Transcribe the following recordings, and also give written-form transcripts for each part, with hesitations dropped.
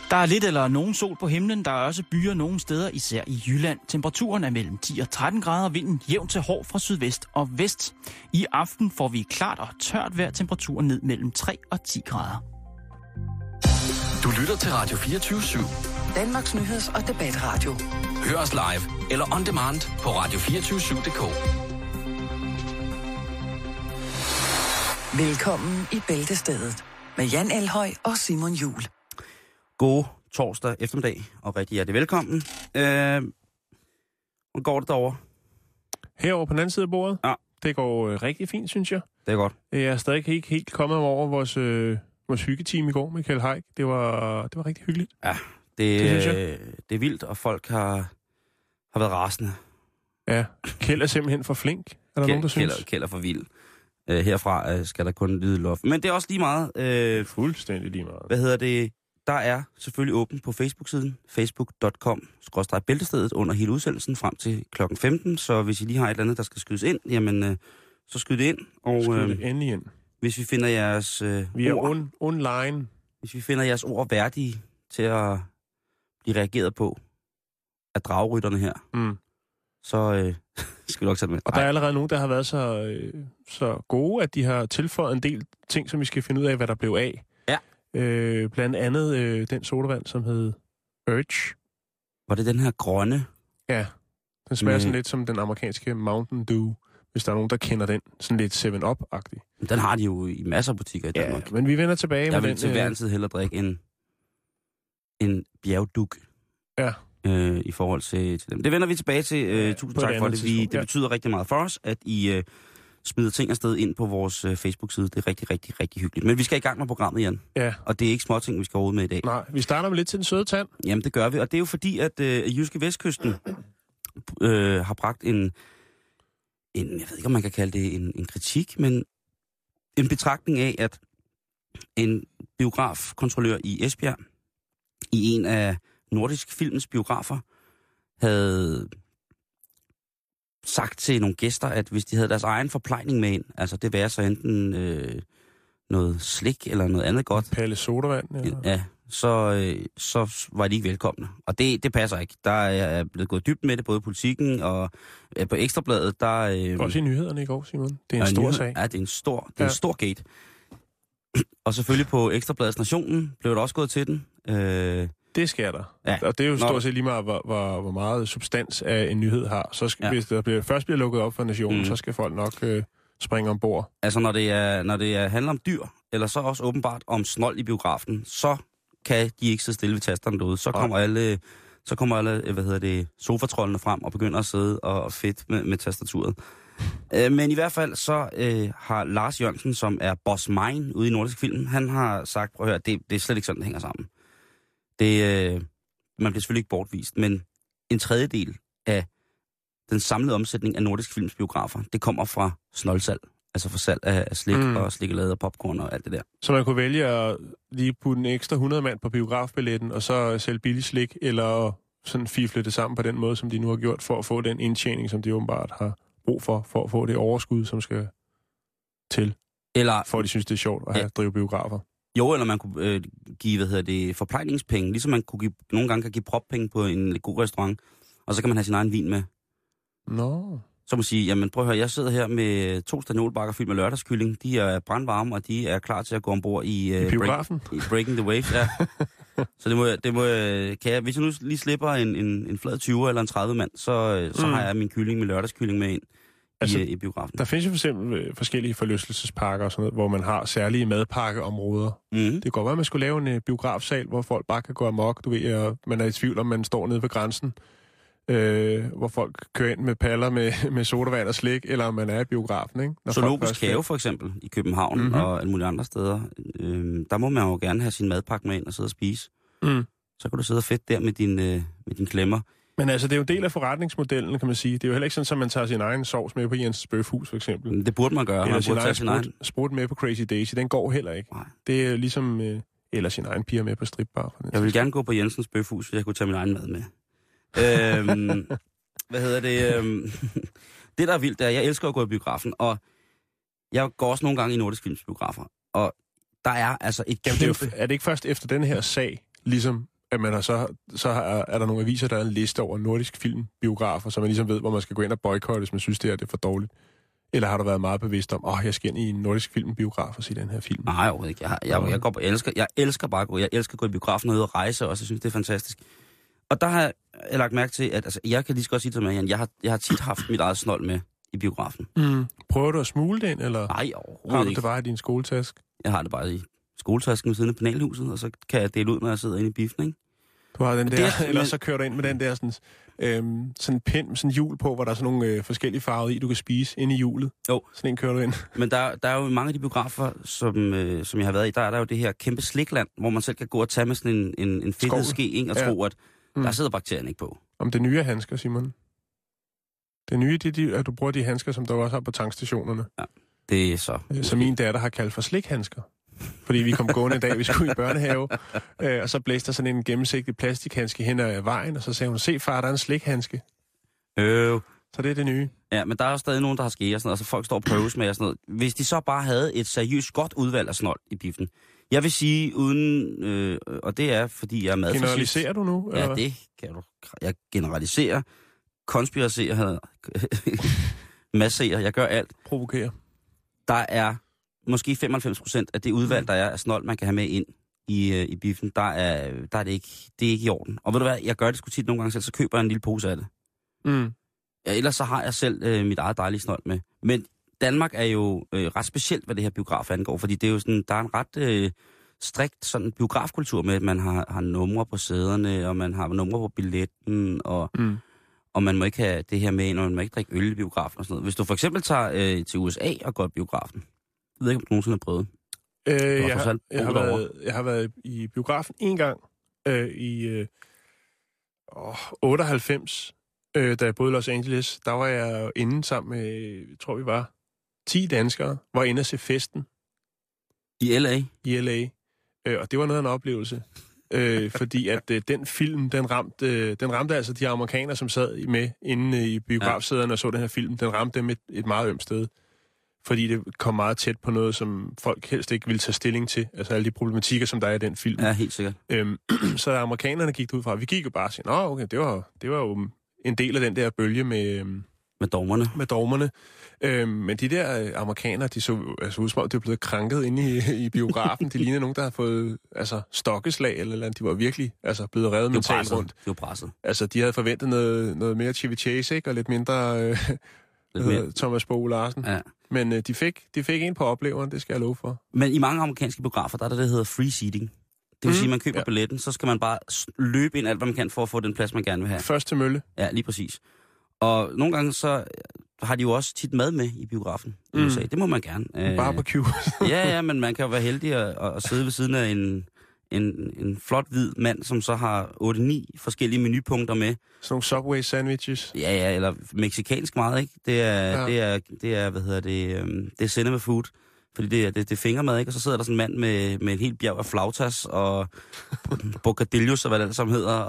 Der er lidt eller nogen sol på himlen. Der er også byer nogle steder, især i Jylland. Temperaturen er mellem 10 og 13 grader, vinden jævnt til hård fra sydvest og vest. I aften får vi klart og tørt vejr, temperaturen ned mellem 3 og 10 grader. Du lytter til Radio 24/7. Danmarks nyheds- og debatradio. Hør os live eller on demand på radio247.dk. Velkommen i Bæltestedet med Jan Elhøj og Simon Juhl. God torsdag eftermiddag, og rigtig hjertelig velkommen. Hvordan går det derovre? Herovre på den anden side af bordet? Ja. Det går rigtig fint, synes jeg. Det er godt. Jeg er stadig ikke helt kommet over vores hyggeteam i går, Michael Haik. Det var rigtig hyggeligt. Ja, det synes jeg. Det er vildt, og folk har været rasende. Ja, Kjeld er simpelthen for flink, er der nogen, der synes? Kjeld er for vild. Herfra skal der kun lyde luft. Men det er også lige meget. Fuldstændig lige meget. Hvad hedder det? Der er selvfølgelig åbent på Facebook-siden, facebook.com/bæltestedet under hele udsendelsen frem til klokken 15. Så hvis I lige har et eller andet, der skal skydes ind, jamen så skyd det ind. Og skyd det endelig ind. Hvis vi finder jeres vi er ord, online. Hvis vi finder jeres ord værdige til at blive reageret på af dragrytterne her, så skal vi nok tage det med. Og der er allerede nogen, der har været så gode, at de har tilføjet en del ting, som vi skal finde ud af, hvad der blev af. Ja. Blandt andet den sodavand, som hed Urge. Var det den her grønne? Ja, den smager sådan lidt som den amerikanske Mountain Dew, hvis der er nogen, der kender den. Sådan lidt 7-Up-agtig. Den har de jo i masser af butikker i Danmark. Ja, men vi vender tilbage med den. Jeg vil til hver en tid hellere drikke en bjergduk. Ja. I forhold til dem. Det vender vi tilbage til. Tusind tak for det. Det betyder rigtig meget for os, at I smider ting afsted ind på vores Facebook-side. Det er rigtig, rigtig, rigtig hyggeligt. Men vi skal i gang med programmet, Jan. Ja. Og det er ikke små ting, vi skal overhovedet med i dag. Nej, vi starter med lidt til den søde tand. Jamen, det gør vi. Og det er jo fordi, at Jyske Vestkysten har bragt en, jeg ved ikke, om man kan kalde det en kritik, men en betragtning af, at en biografkontrollør i Esbjerg, i en af Nordisk Films biografer, havde sagt til nogle gæster, at hvis de havde deres egen forplejning med ind, altså det var så enten noget slik eller noget andet godt. Palle sodavand. Ja, så var de ikke velkomne. Og det passer ikke. Der er blevet gået dybt med det, både i Politikken og på Ekstrabladet. Der også i nyhederne i går, Simon. Det er en stor sag. Ja, det er en stor gate. Og selvfølgelig på Ekstrabladets Nationen blev der også gået til den. Det sker der. Ja. Og det er jo stort set lige meget, hvor meget substans af en nyhed har. Så skal, hvis der først bliver lukket op for Nationen, så skal folk nok springe ombord. Altså når det handler om dyr, eller så også åbenbart om snold i biografen, så kan de ikke sidde stille ved tasterne derude. Så kommer alle sofatrollene frem og begynder at sidde og fedt med tastaturet. Men i hvert fald så har Lars Jørgensen, som er boss mine ude i Nordisk Film, han har sagt, prøv at høre, det er slet ikke sådan, det hænger sammen. Man bliver selvfølgelig ikke bortvist, men en tredjedel af den samlede omsætning af Nordisk Films biografer, det kommer fra snoldsalg. Altså fra salg af slik og slikkelade og popcorn og alt det der. Så man kunne vælge at lige putte en ekstra 100 mand på biografbilletten, og så sælge billig slik, eller sådan fifle det sammen på den måde, som de nu har gjort, for at få den indtjening, som de åbenbart har brug for at få det overskud, som skal til. Eller for at de synes, det er sjovt at drive biografer. Jo, eller man kunne give, forplejningspenge, ligesom man nogle gange kan give proppenge på en god restaurant, og så kan man have sin egen vin med. Nå. Så må man sige, jamen prøv at høre, jeg sidder her med 2 stanolbakker fyldt med lørdagskylling. De er brandvarme, og de er klar til at gå ombord i biografen. Breaking the Waves, ja. Så kan jeg, hvis jeg nu lige slipper en flad 20 eller en 30 mand, så har jeg min kylling med lørdagskylling med ind i biografen. Der findes jo for eksempel forskellige forlystelsesparker og sådan noget, hvor man har særlige madpakkeområder. Det kan godt være, at man skulle lave en biografsal, hvor folk bare kan gå amok. Du ved, og man er i tvivl om, man står nede ved grænsen, hvor folk kører ind med paller med sodavand og slik, eller om man er i biografen, ikke? Zoologisk Have for eksempel i København og alle mulige andre steder. Der må man jo gerne have sin madpakke med ind og sidde og spise. Så kan du sidde og fedt der med din klemmer. Men altså, det er jo en del af forretningsmodellen, kan man sige. Det er jo heller ikke sådan, at man tager sin egen sovs med på Jens Bøfhus, for eksempel. Det burde man gøre. Eller man sin burde tage sin egen sprut med på Crazy Daisy. Den går heller ikke. Nej. Det er ligesom... eller sin egen piger med på stripbar. Jeg vil gerne gå på Jensens Bøfhus, hvis jeg kunne tage min egen mad med. Det, der er vildt, er, at jeg elsker at gå i biografen, og jeg går også nogle gange i Nordisk Films biografer. Og der er altså et kæmpe... Er det ikke først efter den her sag, ligesom at man har så er der nogle aviser, der er en liste over nordisk filmbiografer, så man ligesom ved, hvor man skal gå ind og boykotte, hvis man synes, det er for dårligt. Eller har du været meget bevidst om, jeg skal ind i en nordisk filmbiograf og se den her film? Nej, overhovedet ikke. Jeg elsker bare at gå. Jeg elsker at gå i biografen og ud og rejse også. Jeg synes, det er fantastisk. Og der har jeg lagt mærke til, at altså, jeg kan lige så godt sige til mig, Jan, jeg har tit haft mit eget snold med i biografen. Prøver du at smule den, eller nej, overhovedet har du ikke. det bare i din skoletaske? Jeg har det bare i skoletasken ved siden af penalhuset, og så kan jeg dele ud, når jeg sidder inde i biffen, ikke? Du har den der, eller så kører du ind med den der sådan en pind med sådan en hjul på, hvor der er sådan nogle forskellige farver i, du kan spise inde i hjulet. Jo. Sådan en kører du ind. Men der er jo mange af de biografer, som jeg har været i, der er der jo det her kæmpe slikland, hvor man selv kan gå og tage med sådan en fedtet ske, ikke? Og tro, at der sidder bakterien ikke på. Om det nye er handsker, Simon. Det nye, det er, at du bruger de handsker, som der også har på tankstationerne. Ja, det er så. Som min datter har kaldt for slikhandsker. Fordi vi kom gående en dag, vi skulle i børnehave, og så blæste der sådan en gennemsigtig plastikhandske hen ad vejen, og så sagde hun, se far, der er en slikhandske. Så det er det nye. Ja, men der er jo stadig nogen, der har ske og sådan noget, så folk står og prøves med og sådan noget. Hvis de så bare havde et seriøst godt udvalg af snold i biffen. Jeg vil sige uden, og det er, fordi jeg er madfascist. Generaliserer du nu? Ja, det kan du. Jeg generaliserer, konspiracerer, masserer, jeg gør alt. Provokerer. Der er måske 95% af det udvalg, der er af snold, man kan have med ind i biffen, der er det ikke i orden. Og ved du hvad, jeg gør det sgu tit nogle gange selv, så køber jeg en lille pose af det. Ja, ellers så har jeg selv mit eget dejlige snold med. Men Danmark er jo ret specielt, hvad det her biograf angår, fordi det er jo sådan, der er en ret strikt sådan biografkultur med, at man har numre på sæderne, og man har numre på billetten, og man må ikke have det her med ind, og man må ikke drikke øl i biografen og sådan noget. Hvis du for eksempel tager til USA og går i biografen, jeg ved ikke, om du nogensinde har prøvet. Jeg har været i biografen en gang i 98, da jeg boede i Los Angeles. Der var jeg inde sammen med, jeg tror vi var 10 danskere, var inde at se Festen. I L.A.? I L.A. Og det var noget af en oplevelse. Fordi at den film, den ramte altså de amerikanere, som sad med inde i biografsæderne og så den her film. Den ramte dem et meget ømt sted. Fordi det kom meget tæt på noget, som folk helst ikke ville tage stilling til. Altså alle de problematikker, som der er i den film. Ja, helt sikkert. Så da amerikanerne gik ud fra, vi gik jo bare og sagde, okay, det var jo en del af den der bølge med dogmerne. Men de der amerikanere, de så altså ud som om, de var blevet krænket inde i biografen. De lignede nogen, der havde fået stokkeslag eller andet. De var virkelig blevet revet mentalt rundt. De var presset. Altså, de havde forventet noget mere Chevy Chase, ikke? Og lidt mindre Thomas Bo Larsen. Ja. Men de fik en på opleveren, det skal jeg love for. Men i mange amerikanske biografer, der er det hedder free seating. Det vil sige, at man køber billetten, så skal man bare løbe ind alt, hvad man kan for at få den plads, man gerne vil have. Først til mølle. Ja, lige præcis. Og nogle gange så har de jo også tit mad med i biografen i USA. Det må man gerne. Barbecue. ja, men man kan jo være heldig at sidde ved siden af en flot hvid mand, som så har 8-9 forskellige menupunkter med. Sådan nogle Subway sandwiches. Ja, eller mexikansk meget, ikke? Det er det er cinema food. Fordi det er fingermad, ikke? Og så sidder der sådan en mand med en helt bjerg af flautas og bocadillos og hvad det som hedder,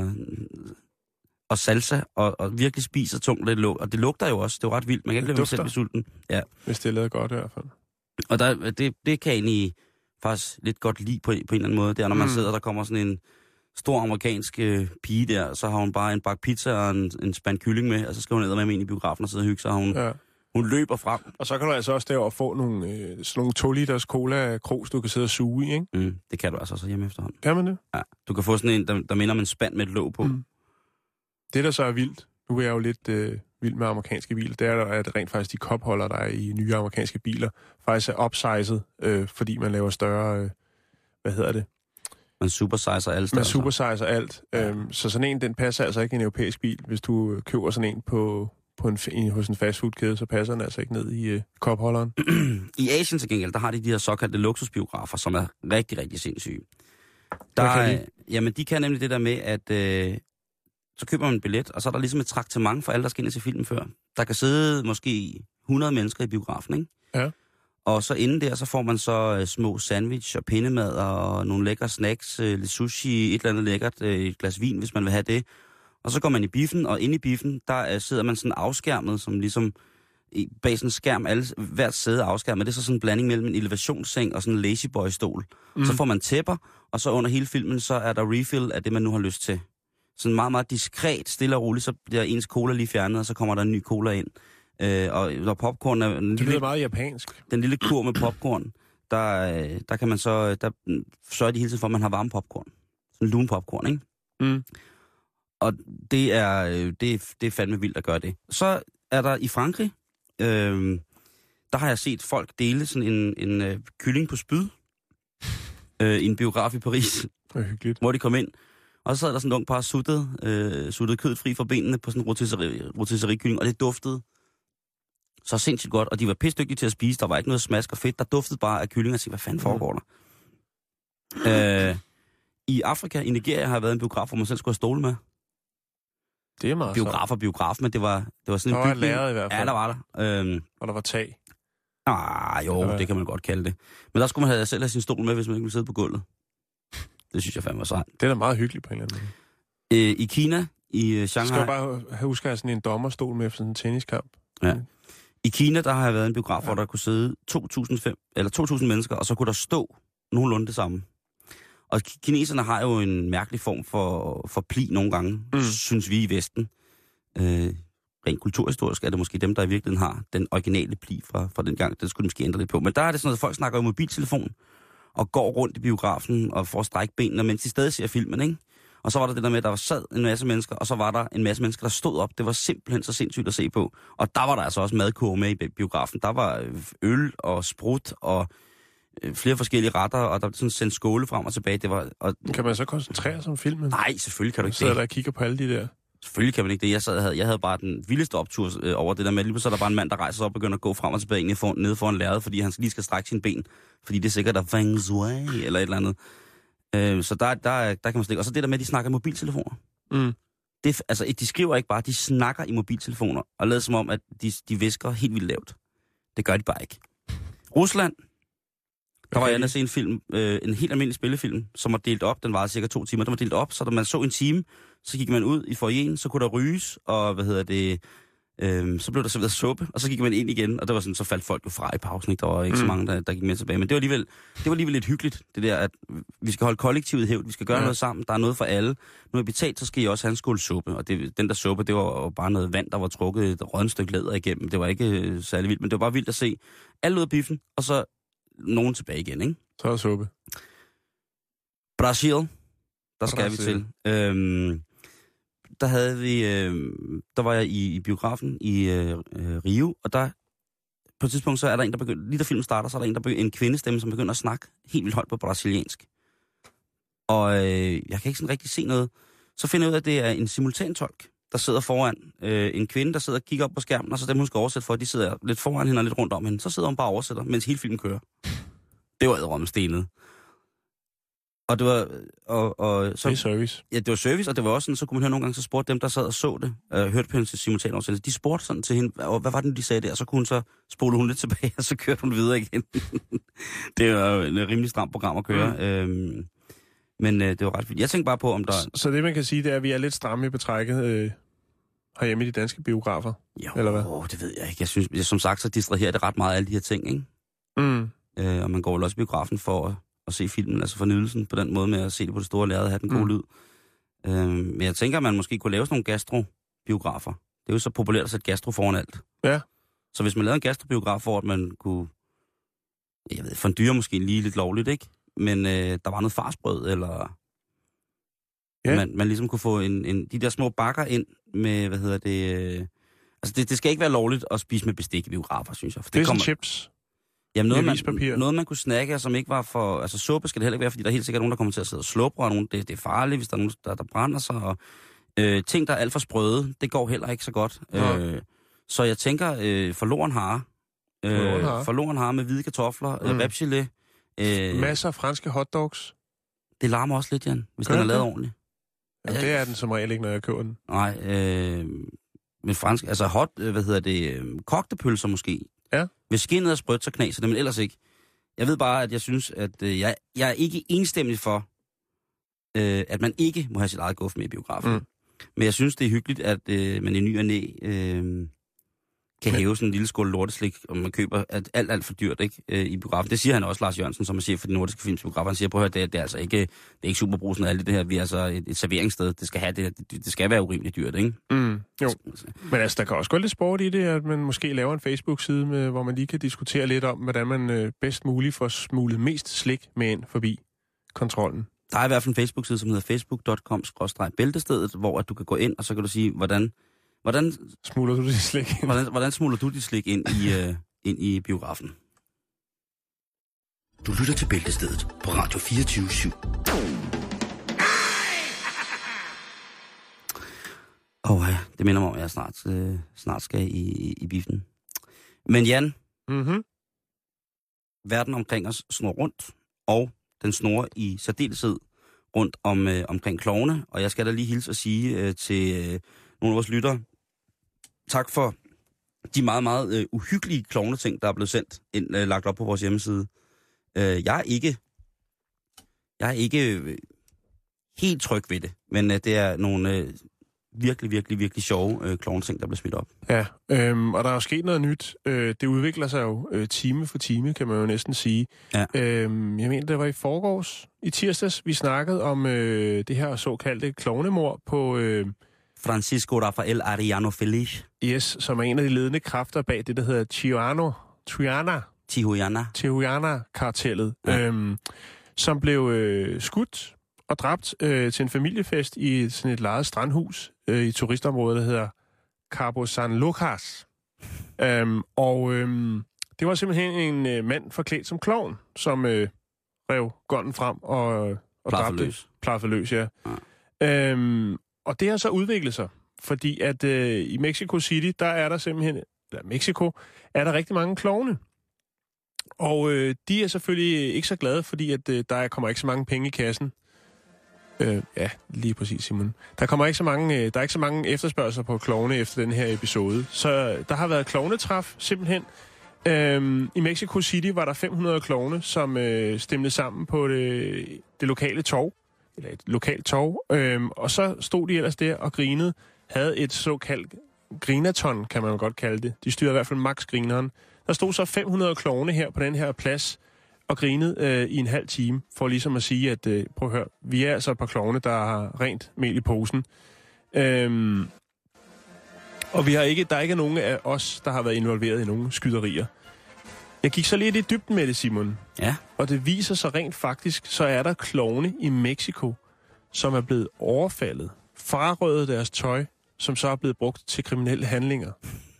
og salsa, og virkelig spiser tungt. Og det lugter jo også. Det er jo ret vildt. Man kan ikke lade selv blive sulten. Ja. Hvis det er lavet godt i hvert fald. Og det kan jeg egentlig faktisk lidt godt lide på en eller anden måde. Det er, når man sidder, der kommer sådan en stor amerikansk pige der, så har hun bare en bakke pizza og en spand kylling med, og så skal hun ned med ind i biografen og sidde og hygge sig, og hun løber frem. Og så kan du altså også derovre få sådan nogle 2 liters cola-krus, du kan sidde og suge i, ikke? Det kan du altså også hjemme efterhånden. Kan man det? Ja. Du kan få sådan en, der minder om en spand med et låg på. Det, der så er vildt, nu er jeg jo lidt vild med amerikanske biler, det er, at rent faktisk de kopholder, der er i nye amerikanske biler, faktisk er upsized, fordi man laver større, Man supersizer alt. Man supersizer alt. Så sådan en, den passer altså ikke i en europæisk bil. Hvis du køber sådan en hos en fastfoodkæde, så passer den altså ikke ned i kopholderen. I Asien til gengæld, der har de her såkaldte luksusbiografer, som er rigtig, rigtig sindssyge. Jamen, de kan nemlig det der med, at så køber man en billet, og så er der ligesom et traktement for alle, der skal ind til filmen før. Der kan sidde måske 100 mennesker i biografen, ikke? Ja. Og så inden der, så får man så små sandwich og pindemad og nogle lækre snacks, lidt sushi, et eller andet lækkert, et glas vin, hvis man vil have det. Og så går man i biffen, og inde i biffen, der sidder man sådan afskærmet, som ligesom bag sådan en skærm, hvert sæde afskærmet. Det er så sådan en blanding mellem en elevationsseng og sådan en lazyboy-stol. Så får man tæpper, og så under hele filmen, så er der refill af det, man nu har lyst til. Sådan meget, meget diskret, stille og roligt, så bliver ens cola lige fjernet, og så kommer der en ny cola ind. Og når popcorn er... Det lyder meget japansk. Den lille kur med popcorn, der kan man så... Der sørger de hele tiden for, at man har varme popcorn. Sådan lun popcorn, ikke? Mm. Og det er fandme vildt at gøre det. Så er der i Frankrig, der har jeg set folk dele sådan en kylling på spyd i en biograf i Paris. Det er hyggeligt. Hvor de kom ind, og så sad der sådan en ung par suttede kød fri fra benene på sådan en rotisserie-kylling, og det duftede så sindssygt godt, og de var pissedygtige til at spise. Der var ikke noget smask og fedt, der duftede bare af kylling, og sige, hvad fanden foregår der? I Afrika, i Nigeria, har jeg været en biograf, hvor man selv skulle have stole med. Det er meget biograf, men det var sådan en bygning. Der var læret i hvert fald. Ja, der var der. Og der var tag. Det kan man godt kalde det. Men der skulle man selv have sin stol med, hvis man ikke ville sidde på gulvet. Det synes jeg fandme var sejt. Det er da meget hyggeligt på en eller anden måde. I Kina, i Shanghai... Skal jeg bare huske at have sådan en dommerstol med efter sådan en tenniskamp? Ja. I Kina, der har jeg været en biograf, hvor der kunne sidde 2.000 mennesker, og så kunne der stå nogenlunde det samme. Og kineserne har jo en mærkelig form for pli nogle gange, synes vi i Vesten. Rent kulturhistorisk er det måske dem, der i virkeligheden har den originale pli fra den gang. Det skulle de måske ændre lidt på. Men der er det sådan, at folk snakker i mobiltelefon og går rundt i biografen og får strække benene, mens de stadig ser filmen, ikke? Og så var der det der med, at der sad en masse mennesker, og så var der en masse mennesker, der stod op. Det var simpelthen så sindssygt at se på. Og der var der altså også madkurve med i biografen. Der var øl og sprut og flere forskellige retter, og der var sådan sendt skåle frem og tilbage. Det var, kan man så koncentrere sig om filmen? Nej, selvfølgelig kan du ikke det. Så der og kigger på alle de der. Selvfølgelig kan man ikke det. Jeg havde bare den vildeste optur over det der med, lige så er der bare en mand, der rejser sig op og begynder at gå frem og tilbage nede foran lærredet, fordi han lige skal strække sine ben. Fordi det er sikkert der feng shui eller et eller andet. Så der kan man stikke. Og så det der med, at de snakker i mobiltelefoner. De skriver ikke bare, de snakker i mobiltelefoner, og lader som om, at de visker helt vildt lavt. Det gør de bare ikke. Rusland. Der var jeg inde at se en film, en helt almindelig spillefilm, som var delt op. Den varede cirka 2 timer. Den var delt op, så da man så en time, så gik man ud i foyeren, så kunne der ryges, og så blev der serveret suppe, og så gik man ind igen, og det var sådan, så faldt folk jo fra i pausen, ikke? Der var ikke så mange, der gik med tilbage. Men det var alligevel lidt hyggeligt, det der, at vi skal holde kollektivet i hævd, vi skal gøre noget sammen, der er noget for alle. Nu er betalt, så skal I også have en skål suppe, og den der suppe, det var jo bare noget vand, der var trukket et rådent stykke læder igennem. Det var ikke særlig vildt, men det var bare vildt at se alle ud af biffen, og så nogen tilbage igen, ikke? Så er suppe. Brasil, der skal vi til. Der var jeg i biografen i Rio, og der på et tidspunkt, så er der en, der begynder, lige da filmen starter, så er der en kvindestemme, som begynder at snakke helt vildt højt på brasiliansk. Og jeg kan ikke sådan rigtig se noget. Så finder jeg ud af, at det er en simultantolk, der sidder foran en kvinde, der sidder og kigger op på skærmen, og så dem, hun skal oversætte for, de sidder lidt foran hende og lidt rundt om hende. Så sidder hun bare og oversætter, mens hele filmen kører. Det var edderomstenet. Og det var... så, det er service. Ja, det var service, og det var også sådan, så kunne man høre nogle gange, så spurgte dem, der sad og så det, hørte på hendes simultanoversættelse, de spurgte sådan til hende, hvad var det, de sagde der? Og så kunne hun så spole hun lidt tilbage, og så kørte hun videre igen. Det var jo et rimelig stramt program at køre. Men det var ret fint. Jeg tænkte bare på, om der... Så det, man kan sige, det er, at vi er lidt stramme i betrækket herhjemme i de danske biografer? Jo, eller hvad? Det ved jeg ikke. Jeg synes, som sagt, så distraherer det ret meget af alle de her ting, ikke? Og man går jo også i biografen for at se filmen, altså fornyelsen på den måde med at se det på det store lærred og have den gode lyd. Men jeg tænker, at man måske kunne lave sådan nogle gastrobiografer. Det er jo så populært at sætte gastro foran alt. Ja. Så hvis man lavede en gastrobiograf, hvor man kunne, fondyre måske lige lidt lovligt, ikke? Men der var noget farsbrød, eller man ligesom kunne få de der små bakker ind med, altså det skal ikke være lovligt at spise med bestik i biografer, synes jeg. For det er sådan chips. Jamen noget man kunne snakke, som ikke var for... Altså suppe skal det heller ikke være, fordi der er helt sikkert nogen, der kommer til at sidde og slubre, og det er farligt, hvis der er nogen, der brænder sig, og ting, der er alt for sprøde, det går heller ikke så godt. Så jeg tænker, forloren hare med hvide kartofler, repgelé. Masser af franske hotdogs. Det larmer også lidt, Jan, hvis den er lavet ordentligt. Ja, det er den som regel ikke, når jeg køber den. Nej, med fransk... Altså kogte pølser måske. Ja. Hvis skinnet er sprødt, så knaser det, men ellers ikke. Jeg ved bare, at jeg synes, at jeg er ikke enstemmig for, at man ikke må have sit eget guf med i biografen. Men jeg synes, det er hyggeligt, at man i ny og næ kan hæve sådan en lille skål lorteslik, og man køber alt for dyrt, ikke, i biografen. Det siger han også, Lars Jørgensen, som er chef for de nordiske filmsbiografer. Han siger, prøv at høre, det er altså ikke, det er ikke Superbrugsen og alt det her. Vi er altså et serveringssted. Det skal være urimeligt dyrt, ikke? Jo, men altså, der kan også gå lidt sport i det, at man måske laver en Facebook-side, hvor man lige kan diskutere lidt om, hvordan man bedst muligt får smuglet mest slik med ind forbi kontrollen. Der er i hvert fald en Facebook-side, som hedder facebook.com/bæltestedet, hvor at du kan gå ind, og så kan du sige, hvordan smugler du dit slik ind? Hvordan smugler du dit slik ind i biografen? Du lytter til Bæltestedet på Radio 24/7. Det minder mig om, at jeg snart skal i biffen. Men Jan, verden omkring os snor rundt, og den snor i særdeleshed rundt omkring klovne, og jeg skal da lige hilse og sige til nogle af vores lyttere, tak for de meget, meget uhyggelige klovneting, der er blevet sendt ind, lagt op på vores hjemmeside. Jeg er ikke helt tryg ved det, men det er nogle virkelig sjove klovneting, der bliver smidt op. Ja, og der er jo sket noget nyt. Det udvikler sig jo time for time, kan man jo næsten sige. Ja. Jeg mener, det var i forgårs, i tirsdags, vi snakkede om det her såkaldte klovnemord på... Francisco Rafael Arellano Félix. Yes, som er en af de ledende kræfter bag det, der hedder Tijuana-kartellet, som blev skudt og dræbt til en familiefest i sådan et lejet strandhus i turistområdet, der hedder Cabo San Lucas. Det var simpelthen en mand forklædt som klovn, som rev gunnen frem og dræbte. Plaffede løs, ja. Og det har så udviklet sig, fordi at i Mexico City, der er der simpelthen, Mexico, er der rigtig mange klovne. Og de er selvfølgelig ikke så glade, fordi at der kommer ikke så mange penge i kassen. Ja, lige præcis, Simon. Der er ikke så mange efterspørgsler på klovne efter den her episode. Så der har været klovnetræf, simpelthen. I Mexico City var der 500 klovne, som stemte sammen på det lokale torv. Eller et lokalt torv. Og så stod de ellers der og grinede. Havde et såkaldt grinaton, kan man godt kalde det. De styrede i hvert fald max grineren. Der stod så 500 klovne her på den her plads og grinede i en halv time, for ligesom at sige, at prøv at høre, vi er altså et par klovne, der har rent mel i posen. Og der er ikke nogen af os, der har været involveret i nogle skyderier. Jeg gik så lidt i dybden med det, Simon. Ja. Og det viser sig rent faktisk, så er der klovne i Mexico, som er blevet overfaldet, frarøvet deres tøj, som så er blevet brugt til kriminelle handlinger.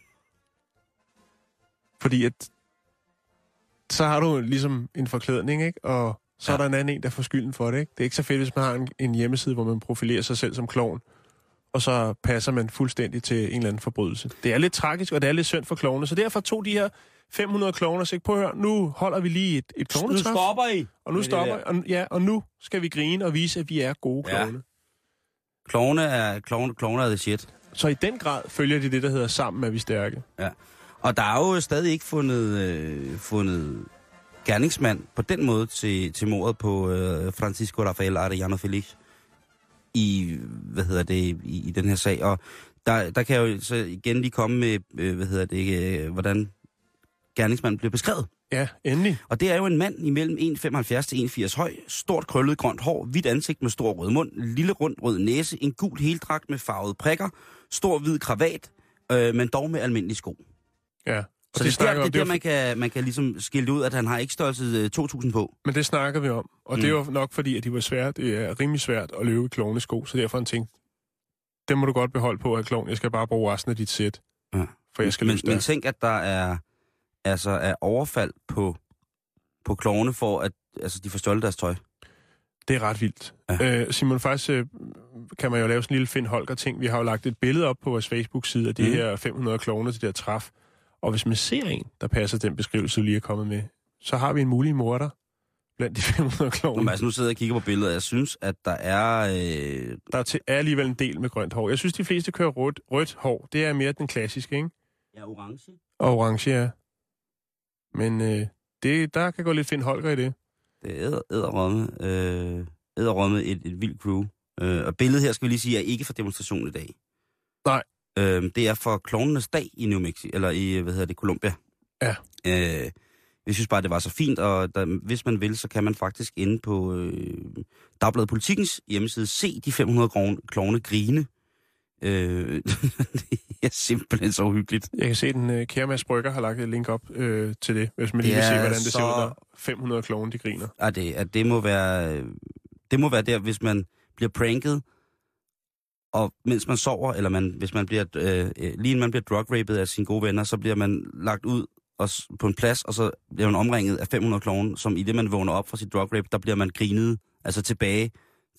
Fordi at så har du ligesom en forklædning, ikke? Og så er der en anden en, der får skylden for det, ikke? Det er ikke så fedt, hvis man har en hjemmeside, hvor man profilerer sig selv som klovn, og så passer man fuldstændig til en eller anden forbrydelse. Det er lidt tragisk, og det er lidt synd for klovne, så derfor tog de her 500 klovner og sagde, prøv at høre, nu holder vi lige et klovnetræf. Nu stopper I! Og nu stopper I, og nu skal vi grine og vise, at vi er gode klovne. Ja. Klovne er the shit. Så i den grad følger de det, der hedder sammen er vi stærke. Ja. Og der er jo stadig ikke fundet gerningsmand på den måde til mordet på Francisco Rafael Arellano Félix i den her sag. Og der kan jeg jo så igen lige komme med, hvordan gerningsmanden bliver beskrevet. Ja, endelig. Og det er jo en mand imellem 1,75 til 1,80 høj, stort krøllet grønt hår, hvidt ansigt med stor rød mund, lille rund rød næse, en gul heldragt med farvede prikker, stor hvid kravat, men dog med almindelige sko. Ja. Så det er der, man kan ligesom skille ud, at han har ikke størrelse 2.000 på. Men det snakker vi om, og det er jo nok fordi, at det er rimelig svært at løbe i klovnesko, så derfor han tænkte, det må du godt beholde på, at klovn, jeg skal bare bruge resten af dit sæt, for jeg skal løbe der. Men tænk, at der er overfald på klovne for, at de får stjålet deres tøj. Det er ret vildt. Ja. Simon, faktisk kan man jo lave sådan en lille Finn Holger-ting. Vi har jo lagt et billede op på vores Facebook-side af de her 500 klovne til der træf. Og hvis man ser en, der passer den beskrivelse, du lige er kommet med, så har vi en mulig morder blandt de 500 klovne. Nu sidder jeg og kigger på billedet, og jeg synes, at der er... Der er alligevel en del med grønt hår. Jeg synes, de fleste kører rødt hår. Det er mere den klassiske, ikke? Ja, orange. Og orange, ja. Men der kan gå lidt Finn Holger i det. Det er æderrømme et vildt crew. Og billedet her, skal vi lige sige, er ikke for demonstration i dag. Nej. Det er for klovnenes dag i New Mexico, eller i, Colombia. Ja. Jeg synes bare, det var så fint, og hvis man vil, så kan man faktisk inde på Dagbladet Politikens hjemmeside se de 500 klovne grine. Det er simpelthen så uhyggeligt. Jeg kan se, at den kære Mads Brygger har lagt et link op til det, hvis man lige vil se, hvordan det ser ud, når 500 klovne, de griner. Det må være der, hvis man bliver pranket, og mens man sover, eller hvis man bliver, lige inden man bliver drug-raped af sine gode venner, så bliver man lagt ud på en plads, og så bliver man omringet af 500 klovne, som i det, man vågner op fra sit drug-rape, der bliver man grinet, altså tilbage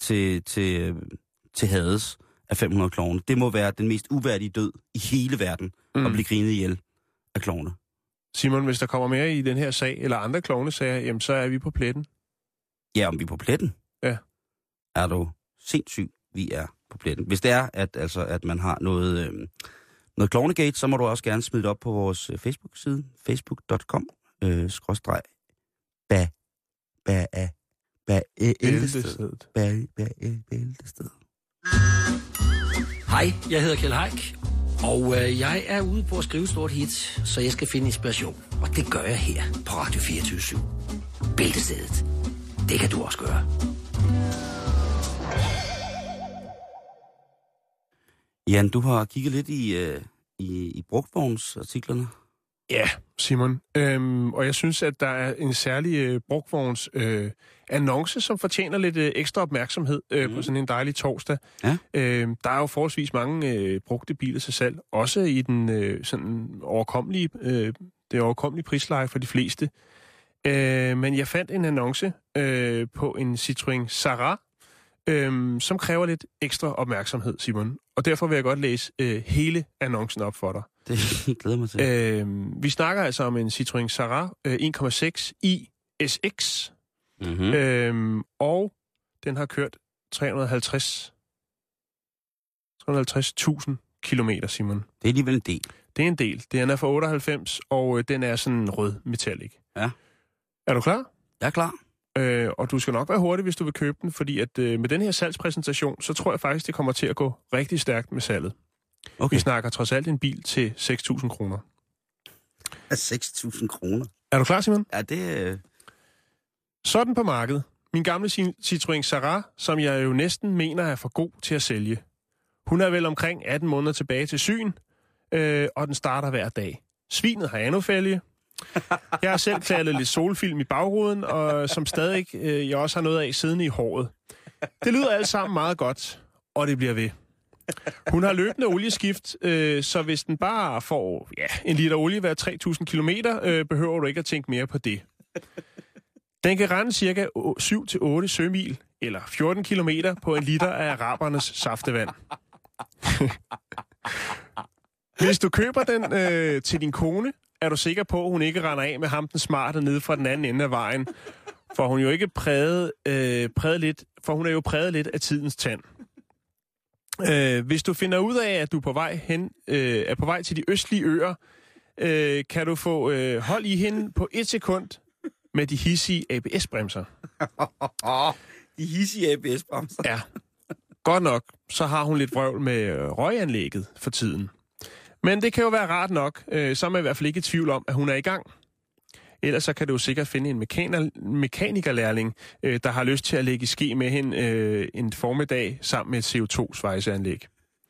til Hades af 500 klovne. Det må være den mest uværdige død i hele verden, at blive grinet ihjel af klovne. Simon, hvis der kommer mere i den her sag, eller andre klovnesager, jamen så er vi på pletten. Ja, om vi er på pletten? Ja. Er du sindssyg, vi er på pletten. Hvis det er, at man har noget klovnegate, så må du også gerne smide det op på vores Facebook-side, facebook.com/bæltestedet. Hej, jeg hedder Kjeld Haik, og jeg er ude på at skrive stort hit, så jeg skal finde inspiration. Og det gør jeg her på Radio 24/7. Bæltestedet. Det kan du også gøre. Jan, du har kigget lidt i brugtvognsartiklerne. Ja, Simon. Og jeg synes, at der er en særlig brugtvogns annonce, som fortjener lidt ekstra opmærksomhed på sådan en dejlig torsdag. Ja. Der er jo forholdsvis mange brugte biler til salg, også i den sådan det overkommelige prisleje for de fleste. Men jeg fandt en annonce på en Citroën Sara, som kræver lidt ekstra opmærksomhed, Simon. Og derfor vil jeg godt læse hele annoncen op for dig. Det glæder mig til. Vi snakker altså om en Citroën Sara 1,6 iSX. Mm-hmm. Og den har kørt 350.000 kilometer, Simon. Det er alligevel en del. Det er en del. Den er fra 98, og den er sådan rød metallic. Ja. Er du klar? Jeg er klar. Og du skal nok være hurtig, hvis du vil købe den, fordi at med den her salgspræsentation, så tror jeg faktisk, det kommer til at gå rigtig stærkt med salget. Okay. Vi snakker trods alt en bil til 6.000 kroner. 6.000 kroner? Er du klar, Simon? Ja, det... Sådan på markedet. Min gamle Citroën Sara, som jeg jo næsten mener er for god til at sælge. Hun er vel omkring 18 måneder tilbage til syn, og den starter hver dag. Svinet har anofælge. Jeg har selv klædet lidt solfilm i bagruden, og som stadig jeg også har noget af siddende i håret. Det lyder alt sammen meget godt, og det bliver ved. Hun har løbende olieskift, så hvis den bare får en liter olie hver 3.000 kilometer, behøver du ikke at tænke mere på det. Den kan rende ca. 7-8 sømil, eller 14 kilometer på en liter af arabernes saftevand. Hvis du køber den til din kone, er du sikker på, at hun ikke render af med ham den smarte nede fra den anden ende af vejen. For hun er jo ikke præget lidt af tidens tand. Hvis du finder ud af, at du er på vej til de østlige øer, kan du få hold i hende på 1 sekund med de hissige ABS-bremser. De hissige ABS-bremser? Ja. Godt nok, så har hun lidt vrøvl med røganlægget for tiden. Men det kan jo være rart nok, så er man i hvert fald ikke i tvivl om, at hun er i gang. Ellers så kan du jo sikkert finde en mekanikerlærling, der har lyst til at lægge i ske med hende en formiddag sammen med et CO2-svejseanlæg.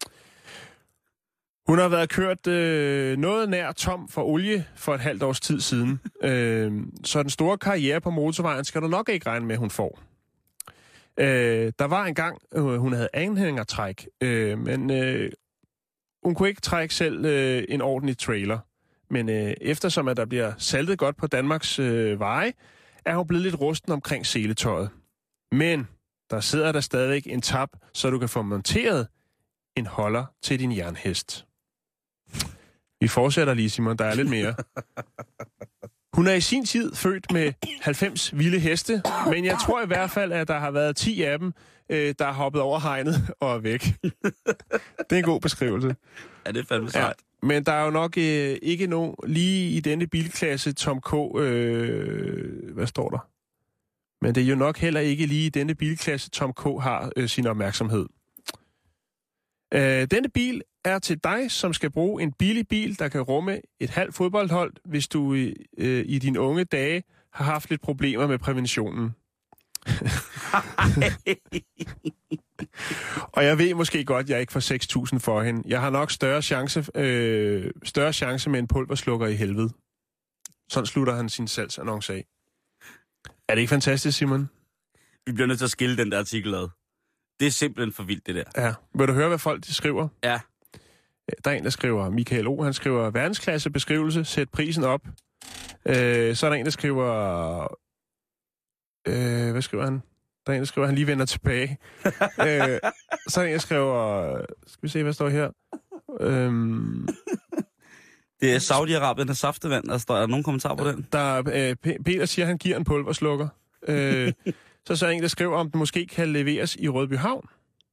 Hun har været kørt noget nær tom for olie for et halvt års tid siden. Så den store karriere på motorvejen skal du nok ikke regne med, hun får. Der var en gang, hun havde anhængertræk, men hun kunne ikke trække selv en ordentlig trailer. Men eftersom at der bliver saltet godt på Danmarks veje, er hun blevet lidt rusten omkring seletøjet. Men der sidder der stadig en tab, så du kan få monteret en holder til din jernhest. Vi fortsætter lige, Simon. Der er lidt mere. Hun er i sin tid født med 90 vilde heste, men jeg tror i hvert fald, at der har været 10 af dem, der har hoppet over hegnet og er væk. Det er en god beskrivelse. Ja, det er fandme sejt. Ja, men der er jo nok ikke nogen lige i denne bilklasse, Tom K. Hvad står der? Men det er jo nok heller ikke lige i denne bilklasse, Tom K. har sin opmærksomhed. Denne bil er til dig, som skal bruge en billig bil, der kan rumme et halvt fodboldhold, hvis du i dine unge dage har haft lidt problemer med præventionen. Og jeg ved måske godt, at jeg ikke får 6.000 for hende. Jeg har nok større chance med en pulverslukker i helvede. Sådan slutter han sin salgsannonce af. Er det ikke fantastisk, Simon? Vi bliver nødt til at skille den der artikel ad. Det er simpelthen for vildt, det der. Ja. Vil du høre, hvad folk de skriver? Ja. Der er en, der skriver, Michael O., han skriver, verdensklasse beskrivelse, sæt prisen op. Så er der en, der skriver... hvad skriver han? Der er en, der skriver, han lige vender tilbage. Så er der en, der skriver... Skal vi se, hvad står her? Det er Saudi-Arabien og saftevand. Er der nogen kommentar på den? Peter siger, han giver en pulverslukker. Så er der en, der skriver, om den måske kan leveres i Rødbyhavn.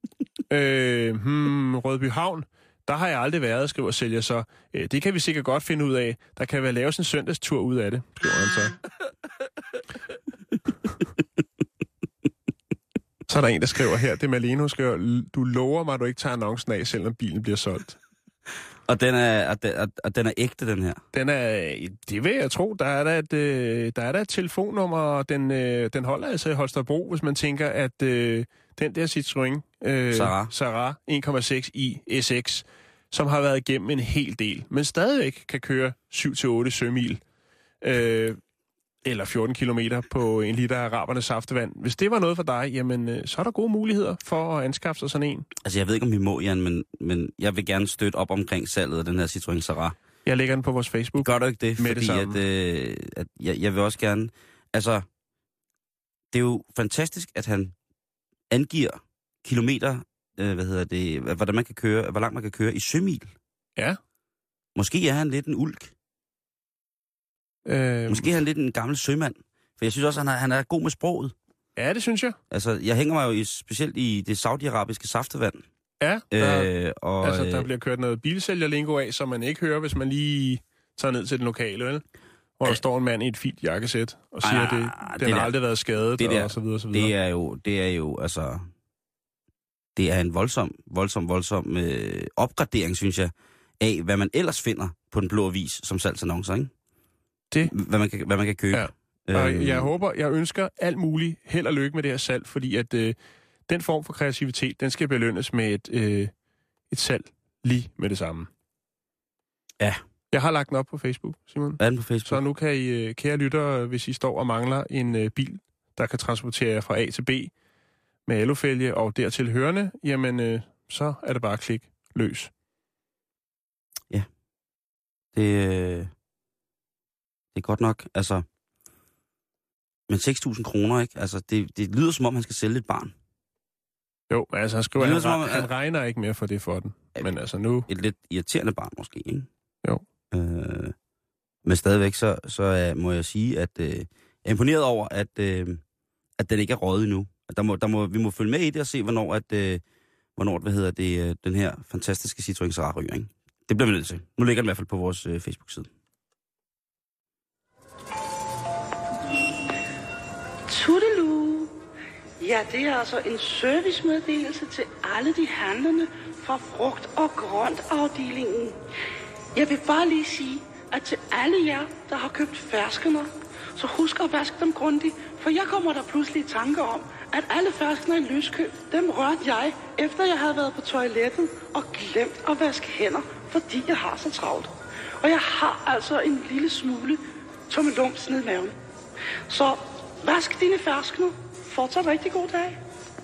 Rødbyhavn, der har jeg aldrig været, skriver sælger så. Det kan vi sikkert godt finde ud af. Der kan være laves en søndagstur ud af det, skriver han så. Så er der en, der skriver her, det er Malene, hun skriver, du lover mig, at du ikke tager annoncen af, selvom bilen bliver solgt. Og den er ægte, den her? Det vil jeg tro. Der er der et telefonnummer, og den holder altså i Holstebro, hvis man tænker, at den der Citroën Sahara 1,6 i SX, som har været igennem en hel del, men stadigvæk kan køre 7-8 sømil, eller 14 kilometer på en liter arabernes saftevand. Hvis det var noget for dig, jamen, så er der gode muligheder for at anskaffe sig sådan en. Altså, jeg ved ikke, om vi må, Jan, men jeg vil gerne støtte op omkring salget af den her Citroën Sahara. Jeg lægger den på vores Facebook. Gør du ikke det? Med fordi det at jeg vil også gerne... Altså, det er jo fantastisk, at han angiver kilometer, hvordan man kan køre, hvor langt man kan køre i sømil. Ja. Måske er han lidt en ulk. Måske er han lidt en gammel sømand. For jeg synes også, at han er god med sproget. Ja, det synes jeg. Altså, jeg hænger mig jo specielt i det saudiarabiske saftevand. Ja, der bliver kørt noget bilsælgerlingo af, som man ikke hører, hvis man lige tager ned til den lokale, vel? Hvor der står en mand i et fint jakkesæt og siger, at den har aldrig været skadet, og så videre, og så videre. Det er jo, altså... Det er en voldsom opgradering, synes jeg, af hvad man ellers finder på den blå avis som salgsannoncer, ikke? Det. Hvad man kan købe. Ja. Og jeg ønsker alt muligt held og lykke med det her salg, fordi at den form for kreativitet, den skal belønnes med et salg lige med det samme. Ja. Jeg har lagt den op på Facebook, Simon. Er den på Facebook? Så nu kan I, kære lyttere, hvis I står og mangler en bil, der kan transportere jer fra A til B med alufælge og dertil hørende, jamen så er det bare at klikke løs. Ja. Det er godt nok, altså... Men 6.000 kroner, ikke? Altså, det lyder som om, han skal sælge et barn. Jo, altså han skriver, han regner ikke mere for det for den. Men altså nu... Et lidt irriterende barn måske, ikke? Jo. Men stadigvæk, så må jeg sige, at jeg er imponeret over, at den ikke er røget endnu. Vi må følge med i det og se, hvornår den her fantastiske Citroën Sahara ryger, ikke? Det bliver vi nødt til. Nu ligger den i hvert fald på vores Facebook-side. Tudelu. Ja, det er altså en servicemeddelelse til alle de handlende fra frugt- og grøntafdelingen. Jeg vil bare lige sige, at til alle jer, der har købt ferskener, så husk at vaske dem grundigt, for jeg kommer der pludselig i tanke om, at alle ferskener i løskøb, dem rørte jeg, efter jeg havde været på toilettet og glemt at vaske hænder, fordi jeg har så travlt. Og jeg har altså en lille smule tummelums ned i maven. Så vask dine ferskener. Fortsat rigtig god dag.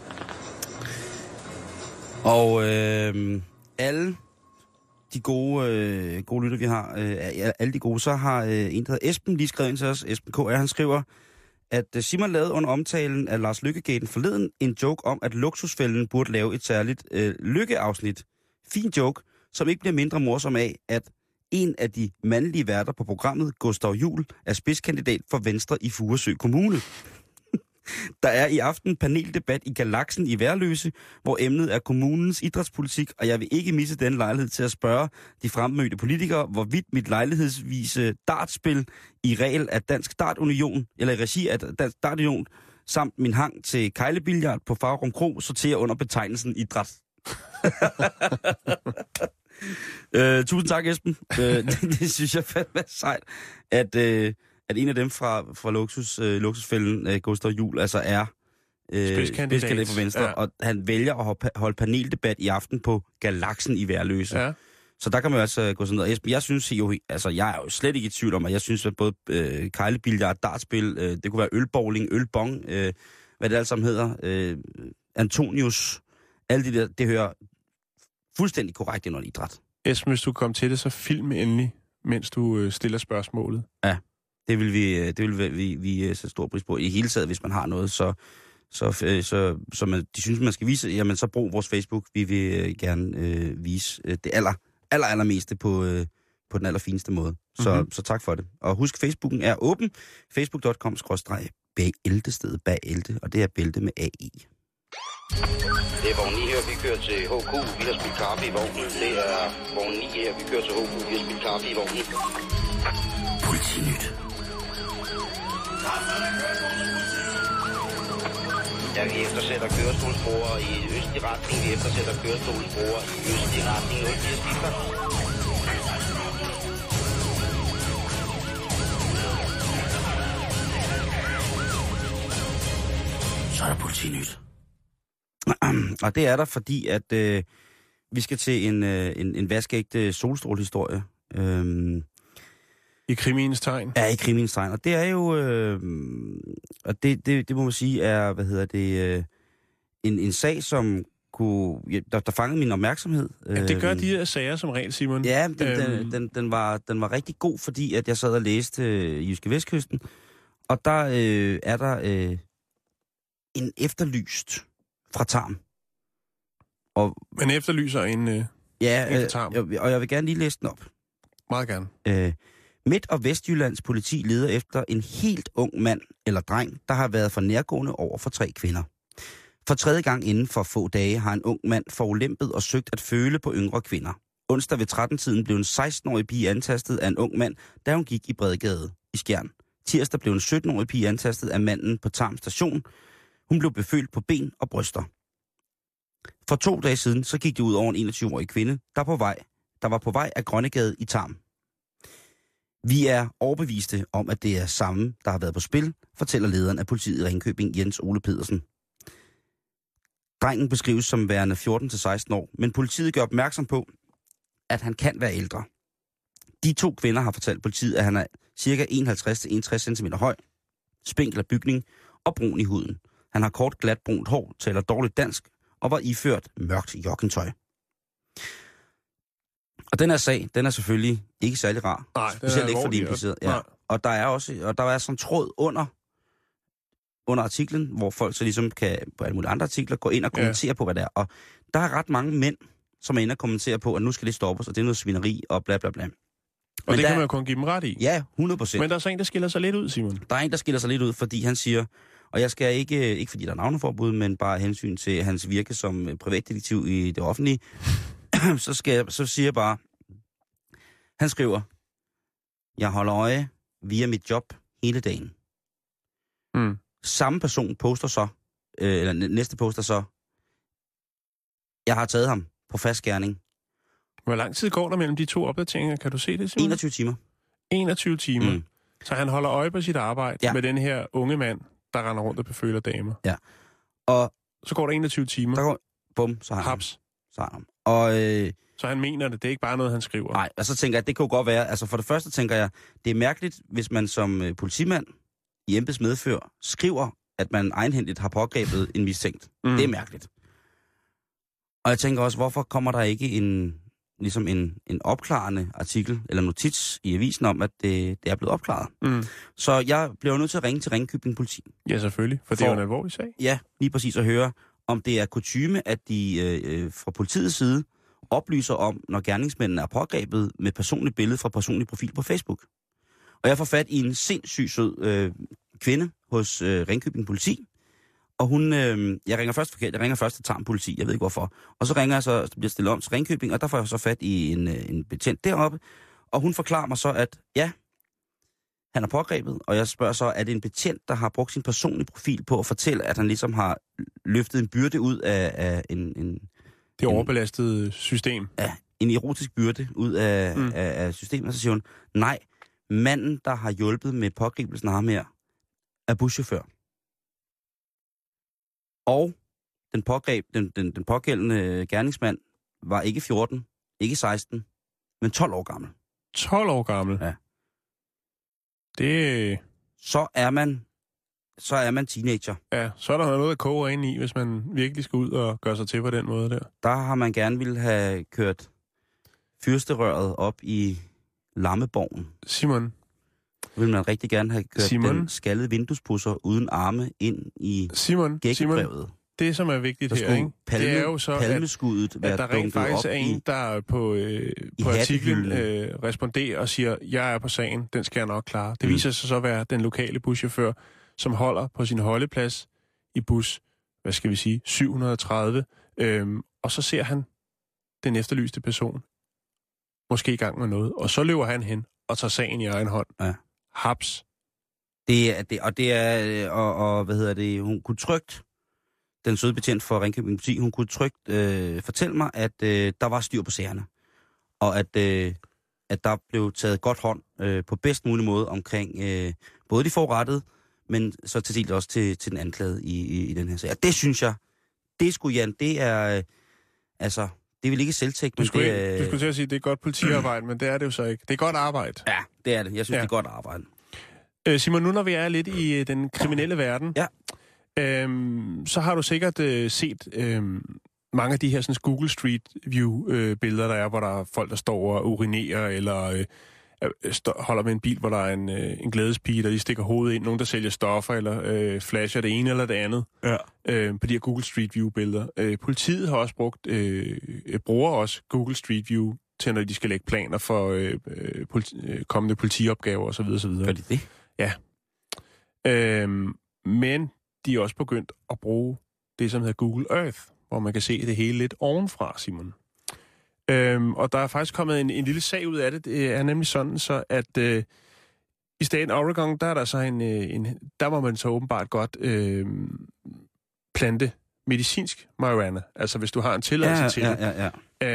Og alle de gode lytter, vi har, alle de gode, så har en, der hedder Esben, lige skrevet ind til os. Esben K.R., han skriver, at Simon lavede under omtalen af Lars Løkke-gaten forleden en joke om, at Luksusfælden burde lave et særligt Lykke-afsnit. Fin joke, som ikke bliver mindre morsom af, at en af de mandlige værter på programmet, Gustav Juhl, er spidskandidat for Venstre i Furesø Kommune. Der er i aften paneldebat i Galaksen i Værløse, hvor emnet er kommunens idrætspolitik, og jeg vil ikke misse den lejlighed til at spørge de fremmødte politikere, hvorvidt mit lejlighedsvise dartspil i regel af Dansk Dartunion, eller i regi af Dansk Dartunion, samt min hang til kejlebiljard på Farum Kro, sorterer under betegnelsen idræt. Tusind tak, Esben. Det synes jeg fandme er sejt, at en af dem fra Luksusfælden, Gustav Juhl, altså er spidskandidat for Venstre, ja. Og han vælger at holde paneldebat i aften på Galaksen i Værløse. Ja. Så der kan man jo altså gå sådan noget. Esben, jeg synes jo, altså jeg er jo slet ikke i tvivl om, at jeg synes, at både kejlebiljard, dartspil, det kunne være ølbowling, ølbong, hvad det alt sammen hedder, Antonius, alle de der, det hører fuldstændig korrekt ind under idræt. Esben, hvis du kommer til det, så film endelig, mens du stiller spørgsmålet. Ja, det vil vi sætte stor pris på. I hele taget, hvis man har noget, så de synes, man skal vise, jamen så brug vores Facebook. Vi vil gerne vise det allermeste på den allerfineste måde. Så tak for det. Og husk, Facebooken er åben. Facebook.com/bæltestedet bælte, og det er bælte med AI. Det er vogn 9 her, vi kører til HK. Vi har spillet kaffe i vognen. Det er vogn 9 her, vi kører til HK. Vi har spillet kaffe i vognen. Politinyt. Ja, vi eftersætter kørestolsbrugere i østlig retning. Vi eftersætter kørestolsbrugere i østlig retning. 04 skifter. Så er der politinyt. Og det er der, fordi at vi skal til en vaskeægte solstrålehistorie. I krimiens tegn? Ja, i krimiens tegn. Og det er jo, og det må man sige er, en sag, som der fangede min opmærksomhed. Ja, det gør de her sager som regel, Simon. Ja, den var rigtig god, fordi at jeg sad og læste Jyske Vestkysten, og der er der en efterlyst fra Tarm. Men efterlyser en Tarm? Og jeg vil gerne lige læse den op. Meget gerne. Midt- og Vestjyllands politi leder efter en helt ung mand eller dreng, der har været for nærgående over for 3 kvinder. For 3. gang inden for få dage har en ung mand forulæmpet og søgt at føle på yngre kvinder. Onsdag ved 13-tiden blev en 16-årig pige antastet af en ung mand, da hun gik i Bredgade i Skjern. Tirsdag blev en 17-årig pige antastet af manden på Tarm station. Hun blev befølt på ben og bryster. For 2 dage siden så gik det ud over en 21-årig kvinde, der var på vej af Grønnegade i Tarm. Vi er overbeviste om, at det er samme, der har været på spil, fortæller lederen af politiet i Ringkøbing, Jens Ole Pedersen. Drengen beskrives som værende 14-16 år, men politiet gør opmærksom på, at han kan være ældre. De 2 kvinder har fortalt politiet, at han er ca. 51-61 cm høj, spinkel af bygning og brun i huden. Han har kort, glat, brunt hår, taler dårligt dansk og var iført mørkt joggingtøj. Og den her sag, den er selvfølgelig ikke særlig rar. Nej, specielt ikke for de implicerede. Ja. Og der er sådan en tråd under artiklen, hvor folk så ligesom kan på alle mulige andre artikler gå ind og kommentere på, hvad det er. Og der er ret mange mænd, som er inde og kommentere på, at nu skal det stoppes, og det er noget svineri og bla bla bla. Og det kan man jo kun give dem ret i. Ja, 100%. Men der er så en, der skiller sig lidt ud, Simon. Der er en, der skiller sig lidt ud, fordi han siger, og jeg skal ikke fordi der er navneforbud, men bare hensyn til hans virke som privatdetektiv i det offentlige, så siger jeg bare, han skriver, jeg holder øje via mit job hele dagen. Samme person poster så, eller næste poster så, jeg har taget ham på fast gerning. Hvor lang tid går der mellem de 2 opdateringer? Kan du se det, Simon? 21 timer. 21 timer. Så han holder øje på sit arbejde med den her unge mand, der render rundt og beføler damer. Ja. Og så går der 21 timer. Der går, bum, så har han. Haps. Så har han. Og, så han mener det. Det er ikke bare noget, han skriver. Nej, og så tænker jeg, at det kunne godt være, altså for det første tænker jeg, det er mærkeligt, hvis man som politimand i embedsmedfør skriver, at man egenhændigt har pågrebet en mistænkt. Det er mærkeligt. Og jeg tænker også, hvorfor kommer der ikke en opklarende artikel eller notits i avisen om, at det er blevet opklaret. Så jeg bliver nødt til at ringe til Ringkøbing politi. Ja, selvfølgelig, for det er jo en alvorlig sag. Ja, lige præcis at høre, om det er kutyme, at de fra politiets side oplyser om, når gerningsmændene er pågrebet med personligt billede fra personlig profil på Facebook. Og jeg får fat i en sindssygt sød kvinde hos Ringkøbing politi, og hun, jeg ringer først forkert, jeg ringer først til Tarm politi, jeg ved ikke hvorfor. Og så ringer jeg så, bliver stillet om til Ringkøbing, og der får jeg så fat i en betjent deroppe, og hun forklarer mig så, at ja, han er pågrebet, og jeg spørger så, er det en betjent, der har brugt sin personlige profil på at fortælle, at han ligesom har løftet en byrde ud af Det overbelastede system. Ja, en erotisk byrde ud af systemet. Så siger hun, nej, manden, der har hjulpet med pågribelsen af ham her, er buschauffør. Og den pågældende gerningsmand var ikke 14, ikke 16, men 12 år gammel. 12 år gammel? Ja. Det... Så er man teenager. Ja, så er der noget at koge ind i, hvis man virkelig skal ud og gøre sig til på den måde der. Der har man gerne ville have kørt fyrsterøret op i lammeborgen. Simon. Vil man rigtig gerne have kørt den skaldede vinduespusser uden arme ind i gækkebrevet. Det, som er vigtigt her, ikke? Det er jo så, palmeskuddet at der rent faktisk er en, der på artiklen responderer og siger, jeg er på sagen, den skal jeg nok klare. Det viser sig så at være den lokale buschauffør, som holder på sin holdeplads i bus, 730, og så ser han den efterlyste person måske i gang med noget, og så løber han hen og tager sagen i egen hånd. Ja. Haps. Hun kunne trygt, den søde betjent for Ringkøbing Politi, hun kunne trygt fortælle mig, at der var styr på sagerne, og at der blev taget godt hånd på bedst mulig måde omkring både de forurettede, men så til dels også til den anklagede i den her sag. Og det synes jeg, det skulle Jan, det er, altså, det er vel ikke selvtægt, men det er... Du skulle til at sige, det er godt politiarbejde, men det er det jo så ikke. Det er godt arbejde. Ja, det er det. Jeg synes, det er godt arbejde. Simon, nu når vi er lidt i den kriminelle verden, så har du sikkert set mange af de her sådan, Google Street View-billeder, der er, hvor der er folk, der står og urinerer, eller holder med en bil, hvor der er en glædespige, der lige stikker hovedet ind, nogen, der sælger stoffer, eller flasher det ene eller det andet, på de her Google Street View-billeder. Politiet har også bruger også Google Street View til, når de skal lægge planer for kommende politiopgaver osv. Gør de det? Ja. Men de er også begyndt at bruge det, som hedder Google Earth, hvor man kan se det hele lidt ovenfra, Simon. Og der er faktisk kommet en lille sag ud af det. Det er nemlig sådan, så at i staten Oregon, der er der så der må man så åbenbart godt plante medicinsk marijuana. Altså hvis du har en tilladelse til det.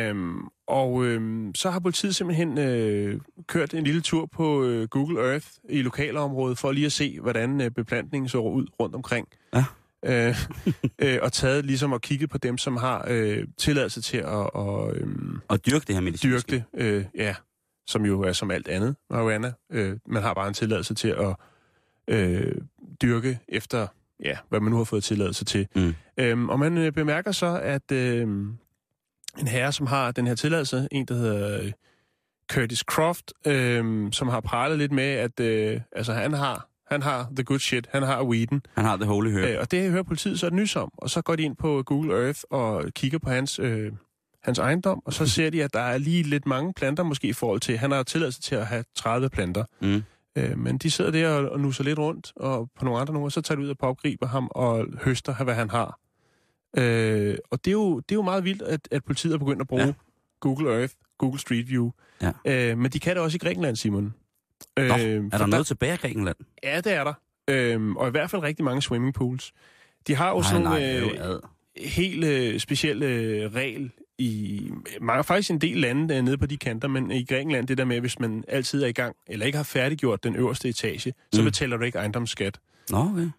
Så har politiet simpelthen kørt en lille tur på Google Earth i lokalområdet for lige at se, hvordan beplantningen så ud rundt omkring. Ja. Og taget ligesom og kigget på dem, som har tilladelse til at dyrke det her medicinske. Dyrke det, som jo er som alt andet marijuana. Man har bare en tilladelse til at dyrke efter, hvad man nu har fået tilladelse til. Og man bemærker så, at en herre, som har den her tilladelse, en der hedder Curtis Croft, som har pralet lidt med, at han har the good shit, han har weeden. Han har the holy herb. Og det hører politiet så et nys om, og så går de ind på Google Earth og kigger på hans ejendom, og så ser de, at der er lige lidt mange planter måske i forhold til, han har tilladelse til at have 30 planter. Men de sidder der og nuser lidt rundt, og på nogle andre numre, så tager de ud og pågriber ham og høster, hvad han har. Og det er jo meget vildt, at politiet er begyndt at bruge Google Earth, Google Street View. Ja. Men de kan det også i Grækenland, Simon. Er der noget tilbage i Grækenland? Ja, det er der. Og i hvert fald rigtig mange swimmingpools. De har jo sådan helt specielle regel i faktisk en del lande nede på de kanter, men i Grækenland det der med, hvis man altid er i gang, eller ikke har færdiggjort den øverste etage, så betaler du ikke ejendomsskat. Okay.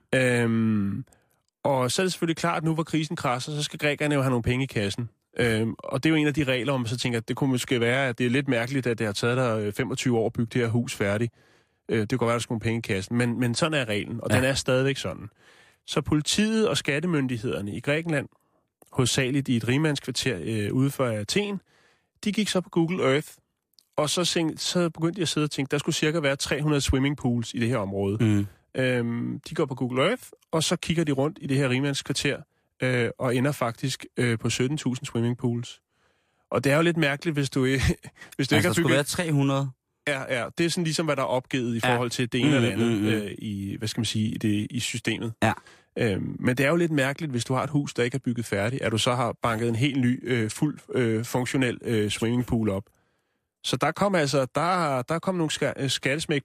Og så er det selvfølgelig klart, at nu hvor krisen krasser, så skal grækerne jo have nogle penge i kassen. Og det er jo en af de regler, om man så tænker, at det kunne måske være, at det er lidt mærkeligt, at det har taget dig 25 år at bygge det her hus færdigt. Det kan være, at der skal nogle penge i kassen, men sådan er reglen, og den er stadigvæk sådan. Så politiet og skattemyndighederne i Grækenland, hovedsageligt i et rigmandskvarter ude for Athen, de gik så på Google Earth, og så begyndte de at sidde og tænke, der skulle cirka være 300 swimmingpools i det her område. De går på Google Earth, og så kigger de rundt i det her rigmandskvarter, og ender faktisk på 17.000 swimmingpools. Og det er jo lidt mærkeligt, hvis du ikke har bygget... der skulle være 300? Ja, det er sådan ligesom, hvad der er opgivet i forhold til det ene eller andet i, hvad skal man sige, i systemet. Ja. Men det er jo lidt mærkeligt, hvis du har et hus, der ikke er bygget færdigt, at du så har banket en helt ny, fuld funktionel swimmingpool op. Så der kom nogle skattesmæk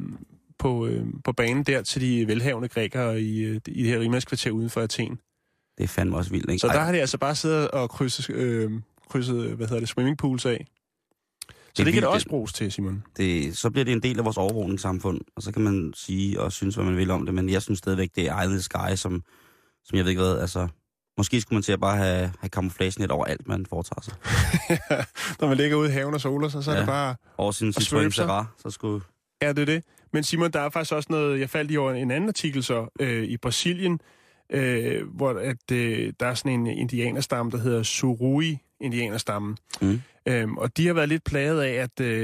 på banen der til de velhavende grækere i det her rigmandskvarter uden for Athen. Det er fandme også vildt, ikke? Så der har de altså bare siddet og krydset swimmingpools af. Så det kan det også bruges til, Simon. Så bliver det en del af vores overvågningssamfund, og så kan man sige og synes, hvad man vil om det, men jeg synes stadigvæk, det er eye in the sky, som jeg ved ikke hvad, altså... Måske skulle man til at bare have camouflagenet over alt, man foretager sig. Når man ligger ude i haven og soler sig, så er det bare over sin Citroën Serra, så skulle... Ja, det er det. Men Simon, der er faktisk også noget... Jeg faldt i over en anden artikel så i Brasilien, hvor der er sådan en indianerstamme, der hedder Surui-indianerstammen. Og de har været lidt plaget af,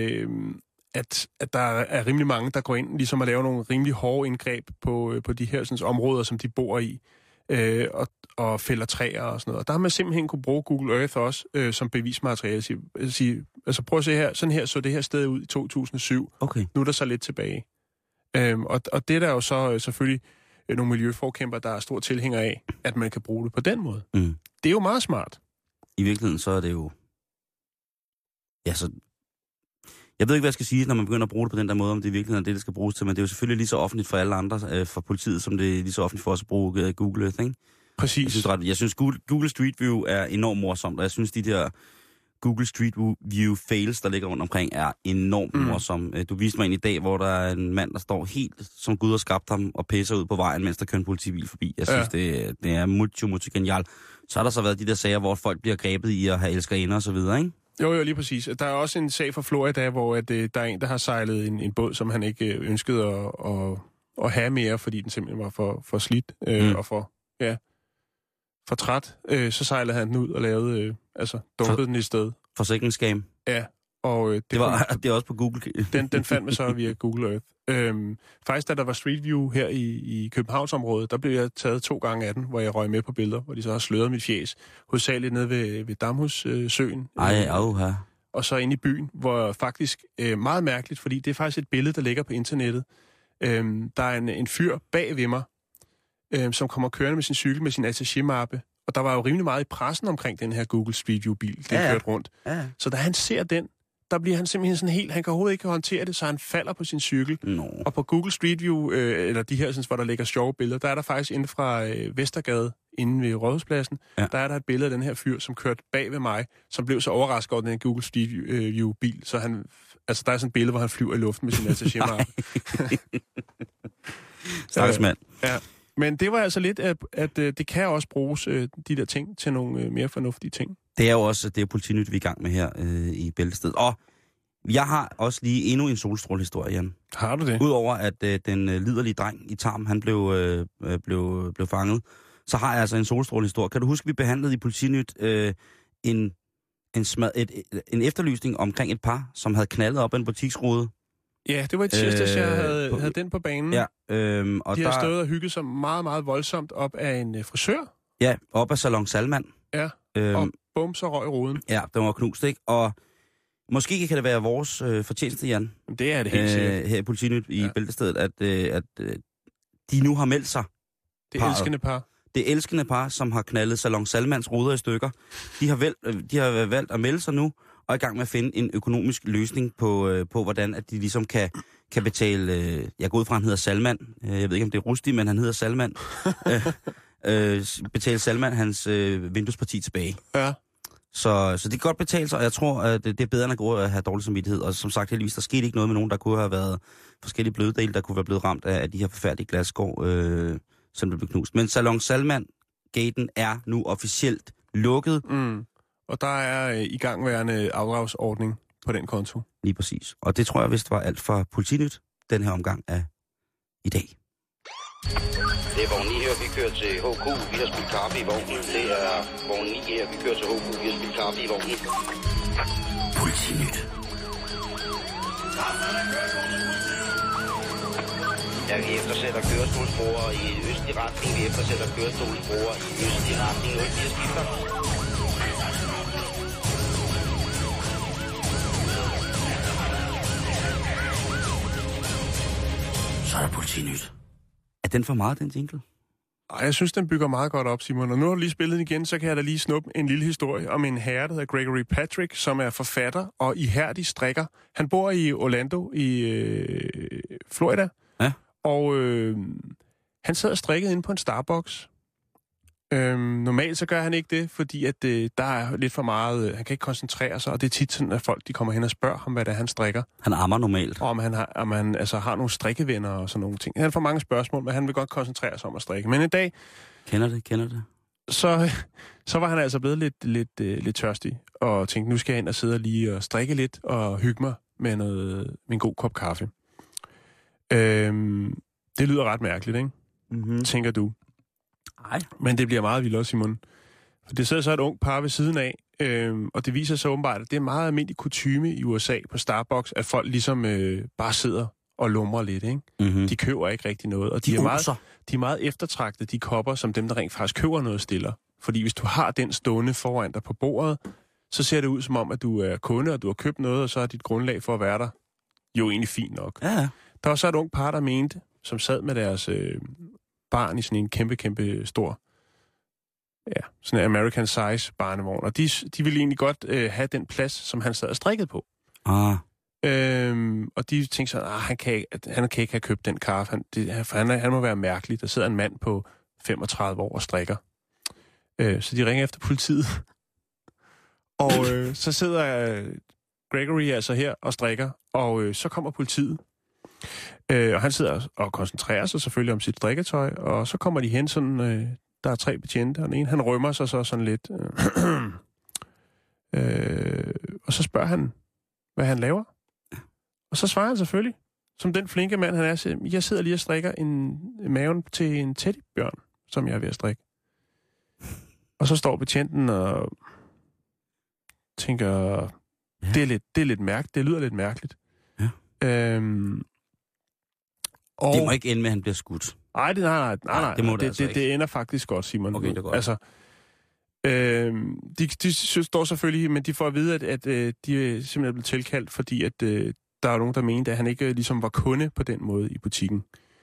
at der er rimelig mange, der går ind ligesom at lave nogle rimelig hårde indgreb på de her sådan, områder, som de bor i. Og fælder træer og sådan noget. Og der har man simpelthen kunne bruge Google Earth også som bevismateriale. Altså prøv at se her, sådan her så det her sted ud i 2007. Okay. Nu er der så lidt tilbage. Og det er der jo så selvfølgelig nogle miljøforkæmper, der er stor tilhænger af, at man kan bruge det på den måde. Mm. Det er jo meget smart. I virkeligheden så er det jo... Ja, så... Jeg ved ikke, hvad jeg skal sige, når man begynder at bruge det på den der måde, om det i virkeligheden er det, det skal bruges til, men det er jo selvfølgelig lige så offentligt for alle andre, for politiet, som det er lige så offentligt for os at bruge Google Earth, ikke? Præcis. Jeg synes Google Street View er enormt morsomt, og jeg synes, de der Google Street View fails, der ligger rundt omkring, er enormt morsomme. Du viste mig en i dag, hvor der er en mand, der står helt som Gud har skabt ham og pisser ud på vejen, mens der kører en politibil forbi. Jeg synes, det er multi genialt. Så har der så været de der sager, hvor folk bliver grebet i at have elskerinder og så videre, ikke? Jo, lige præcis. Der er også en sag fra Florida, hvor der er en, der har sejlet en båd, som han ikke ønskede at have mere, fordi den simpelthen var for slidt og for træt. Så sejlede han den ud og lavede, dumpede den i sted. Forsikringsskam. Ja. Og det er også på Google. Den fandt man så via Google Earth. Faktisk, da der var Street View her i Københavnsområdet, der blev jeg taget 2 gange af den, hvor jeg røg med på billeder, hvor de så har sløret mit fjes. Hovedsageligt nede ved Damhussøen. Og så inde i byen, hvor faktisk meget mærkeligt, fordi det er faktisk et billede, der ligger på internettet. Der er en fyr bag ved mig, som kommer kørende med sin cykel med sin attaché-mappe. Og der var jo rimelig meget i pressen omkring den her Google Street View-bil, den kørte rundt. Ja. Så da han ser den, der bliver han simpelthen sådan helt... Han kan overhovedet ikke håndtere det, så han falder på sin cykel. No. Og på Google Street View, eller de her, sådan, hvor der ligger sjove billeder, der er der faktisk inde fra Vestergade, inde ved Rådhuspladsen, der er der et billede af den her fyr, som kørte bag ved mig, som blev så overrasket over den her Google Street View-bil. Så han... Altså, der er sådan et billede, hvor han flyver i luften med sin attaché-mappe. Stakkels mand. Ja. Men det var altså lidt, at det kan også bruges, de der ting, til nogle mere fornuftige ting. Det er jo også det er Politinyt, vi er i gang med her i Bæltestedet. Og jeg har også lige endnu en solstrålehistorie, Jan. Har du det? Udover at den liderlige dreng i Tarm, han blev fanget, så har jeg altså en solstrålehistorie. Kan du huske, vi behandlede i Politinyt en efterlysning omkring et par, som havde knaldet op en butiksrude? Ja, det var i tirsdags, jeg havde den på banen. Ja, og de har stået og hygget sig meget, meget voldsomt op af en frisør. Ja, op af Salon Salman. Ja, og bum, så røg ruden. Ja, den var knust, ikke? Og måske kan det være vores fortjeneste, Jan. Det er det helt sikkert. Her i Politinyt i Bæltestedet, at de nu har meldt sig. Det elskende par. Det elskende par, som har knaldet Salon Salmans ruder i stykker. De har valgt at melde sig nu, og er i gang med at finde en økonomisk løsning på hvordan at de ligesom kan betale... jeg går ud fra, han hedder Salman. Jeg ved ikke, om det er Rusti, men han hedder Salman. Betale Salman hans vinduesparti tilbage. Ja. Så det kan godt betale sig, og jeg tror, at det er bedre end at gå og have dårlig samvittighed. Og som sagt, heldigvis, der skete ikke noget med nogen, der kunne have været forskellige bløddele, der kunne være blevet ramt af de her forfærdelige glasskår, som blev knust. Men Salon Salman-gaten er nu officielt lukket. Og der er igangværende afdragsordning på den konto. Lige præcis. Og det tror jeg vist var alt for Politinyt, den her omgang af i dag. Det er vogn 9 her, vi kører til HK. Vi har spillet kaffe i vognen. Det er vogn 9 her, vi kører til HK. Vi har spillet kaffe i vognen. Politinyt. Ja, vi eftersætter kørestolsbrugere i østlig retning. Vi eftersætter kørestolsbrugere i østlig retning. 04 skifter. Så er der Politinyt. Er den for meget, den jingle? Ej, jeg synes, den bygger meget godt op, Simon. Og nu har du lige spillet den igen, så kan jeg da lige snuppe en lille historie om en herre, der hedder Gregory Patrick, som er forfatter og ihærdig strikker. Han bor i Orlando i Florida. Og han sad og strikkede inde på en Starbucks. Når normalt så gør han ikke det, fordi at der er lidt for meget... han kan ikke koncentrere sig, og det er tit sådan, at folk de kommer hen og spørger ham, hvad det er, han strikker. Han ammer normalt. Og om han altså, har nogle strikkevenner og sådan nogle ting. Han får mange spørgsmål, men han vil godt koncentrere sig om at strikke. Men i dag... Kender det. Så var han altså blevet lidt tørstig, og tænkte, nu skal jeg ind og sidde og lige og strikke lidt og hygge mig med en god kop kaffe. Det lyder ret mærkeligt, ikke? Mm-hmm. Tænker du? Nej. Men det bliver meget vildt også, Simon. For det sidder så et ung par ved siden af, og det viser sig åbenbart, at det er meget almindelig kutyme i USA på Starbucks, at folk ligesom bare sidder og lumrer lidt, ikke? Mm-hmm. De køber ikke rigtig noget, og de er meget eftertragtede, de kopper, som dem, der rent faktisk køber noget stiller. Fordi hvis du har den stående foran dig på bordet, så ser det ud som om, at du er kunde, og du har købt noget, og så er dit grundlag for at være der jo egentlig fint nok. Ja. Der var så et ung par, der mente, som sad med deres barn i sådan en kæmpe stor, sådan en American size barnevogn. Og de ville egentlig godt have den plads, som han sad og strikket på. Og de tænkte så, han kan ikke have købt den kaffe. Han må være mærkelig. Der sidder en mand på 35 år og strikker. Så de ringer efter politiet. Og så sidder Gregory altså her og strikker, og så kommer politiet. Og han sidder og koncentrerer sig selvfølgelig om sit strikketøj, og så kommer de hen sådan, der er 3 betjente, og den ene han rømmer sig så sådan lidt. Og så spørger han, hvad han laver. Og så svarer han selvfølgelig, som den flinke mand han er, jeg sidder lige og strikker en maven til en teddybjørn, som jeg er ved at strikke. Og så står betjenten og tænker, det er lidt mærkeligt, det lyder lidt mærkeligt. Ja. Og det må ikke ende med, at han bliver skudt. Nej. Det må det altså ikke. Det ender faktisk godt, Simon. Okay, det er godt. Altså, de står selvfølgelig, men de får at vide, at de er simpelthen blevet tilkaldt, fordi at der er nogen, der mente, at han ikke ligesom var kunde på den måde i butikken.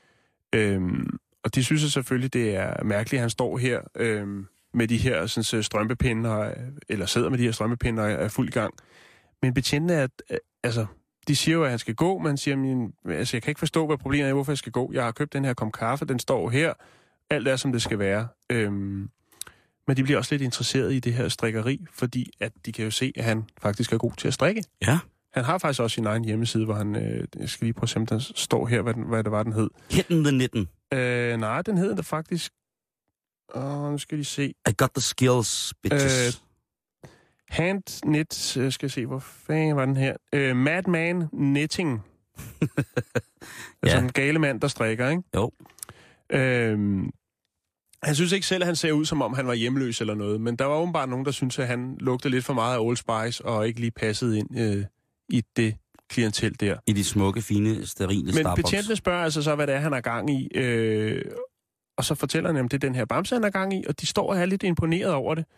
Og de synes selvfølgelig, det er mærkeligt, at han står her med de her sådan, strømpepinde, eller sidder med de her strømpepinde og er fuld i gang. Men betjentene er, altså, de siger jo, at han skal gå, men siger, jeg kan ikke forstå, hvad problemet er, hvorfor jeg skal gå. Jeg har købt den her kop kaffe, den står her. Alt er, som det skal være. Men de bliver også lidt interesseret i det her strikkeri, fordi at de kan jo se, at han faktisk er god til at strikke. Ja. Han har faktisk også sin egen hjemmeside, hvor han, jeg skal lige prøve at se, om der står her, hvad det var, den hed. Hidden the Knitten. Nej, den hed der faktisk. Nu skal de se. I got the skills, bitches. Handknit, skal jeg se, hvor fanden var den her? Madman Knitting. Altså en gale mand, der strikker, ikke? Jo. Han synes ikke selv, at han ser ud, som om han var hjemløs eller noget, men der var åbenbart nogen, der synes, at han lugtede lidt for meget af Old Spice, og ikke lige passede ind i det klientel der. I de smukke, fine, sterile Starbucks. Men betjentene spørger altså så, hvad det er, han har gang i, og så fortæller han, at det er den her bamse, han har gang i, og de står og er lidt imponeret over det.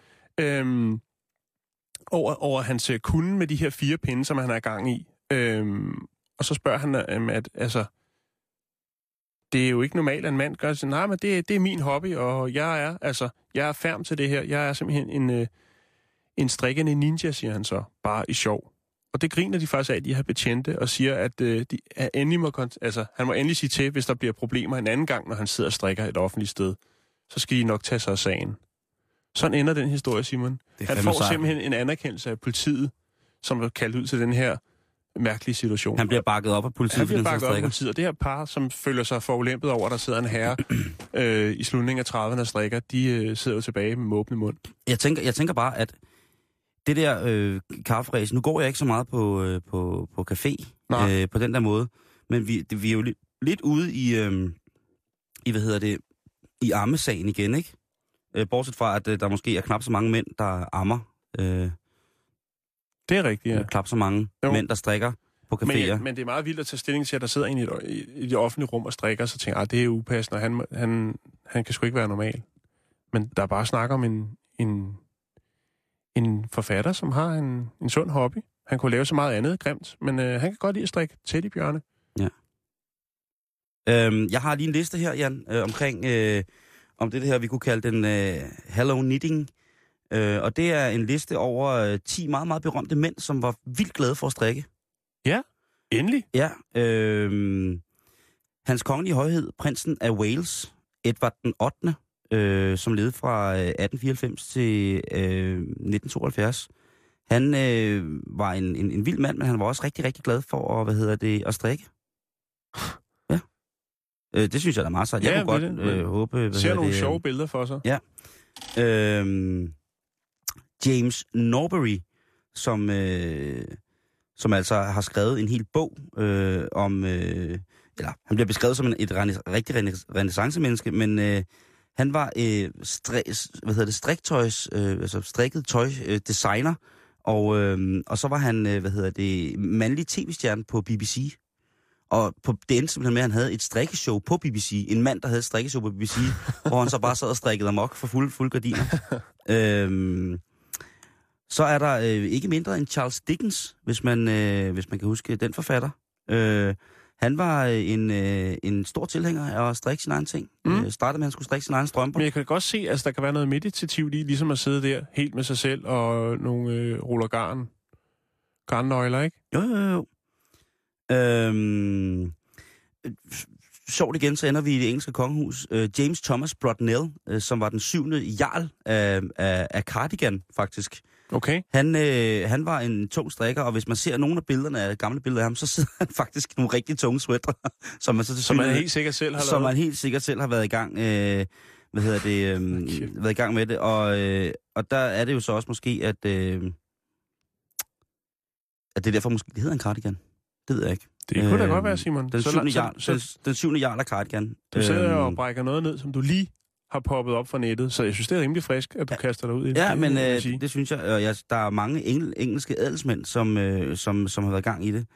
Over hans kunde med de her 4 pinde, som han har gang i. Og så spørger han, at altså, det er jo ikke normalt, at en mand gør sådan, nej, men det er min hobby, og jeg er færm til det her. Jeg er simpelthen en strikkende ninja, siger han så, bare i sjov. Og det griner de faktisk af, de her betjente, og siger, at han må endelig sige til, hvis der bliver problemer en anden gang, når han sidder og strikker et offentligt sted. Så skal de nok tage sig af sagen. Sådan ender den historie, Simon. Han får simpelthen en anerkendelse af politiet, som er kaldt ud til den her mærkelige situation. Han bliver bakket op af politiet. Han bliver bakket op af politiet, og det her par, som føler sig forulæmpet over, der sidder en herre i slutningen af 30'erne og strikker, de sidder jo tilbage med måbne mund. Jeg tænker bare, at det der kafferæs, nu går jeg ikke så meget på café på den der måde, men vi er jo lidt ude i ammesagen igen, ikke? Bortset fra, at der måske er knap så mange mænd, der ammer. Det er rigtigt, ja. Knap så mange mænd, der strikker på caféer. Men det er meget vildt at tage stilling til, at der sidder en i det offentlige rum og strikker, så tænker jeg, det er upassende, og han kan sgu ikke være normal. Men der er bare snak om en forfatter, som har en sund hobby. Han kunne lave så meget andet grimt, men han kan godt lide at strikke teddybjørne. Ja. Jeg har lige en liste her, Jan, omkring om det her, vi kunne kalde den Hello Knitting. Og det er en liste over 10 meget, meget berømte mænd, som var vildt glade for at strikke. Ja, endelig. Ja. Hans kongelige højhed, prinsen af Wales, Edvard den 8., som levede fra 1894 til 1972. Han var en vild mand, men han var også rigtig, rigtig glad for at strikke. Ja. Det synes jeg da er meget sejt. Jeg kunne godt håbe... Ser nogle sjove billeder for sig. Ja. James Norbury, som altså har skrevet en hel bog om... han bliver beskrevet som et rigtig renæssancemenneske, men han var strikket tøj designer, og så var han mandlig tv-stjerne på BBC. Og det endte simpelthen med, at han havde et strikkeshow på BBC. En mand, der havde et strikkeshow på BBC, hvor han så bare sad og strikkede amok for fuld gardiner. Så er der ikke mindre end Charles Dickens, hvis man kan huske den forfatter. Han var en stor tilhænger af at strikke sine egne ting. Startede med, at han skulle strikke sine egne strømper. Men jeg kan godt se, at der kan være noget meditativt i, ligesom at sidde der helt med sig selv og nogle ruller garnnøgler, ikke? Jo. Sjovt igen, så ender vi i det engelske kongehus. James Thomas Broadnell, som var den 7. jarl af Cardigan, faktisk. Okay. Han var en tung strikker, og hvis man ser nogle af billederne, gamle billeder af ham, så sidder han faktisk nogle rigtig tunge sweatre, som man helt sikkert selv har lavet. Som man helt sikkert selv har været i gang, været i gang med det. Og der er det jo så også måske, at det er derfor måske, det hedder en cardigan. Det ved jeg ikke. Det kunne da godt være, Simon. Den 7. jarl af cardigan. Du sidder og brækker noget ned, som du lige har poppet op fra nettet, så jeg synes, det er rimelig frisk, at du kaster dig ud i det. Ja, men det synes jeg, og der er mange engelske adelsmænd, som har været i gang i det.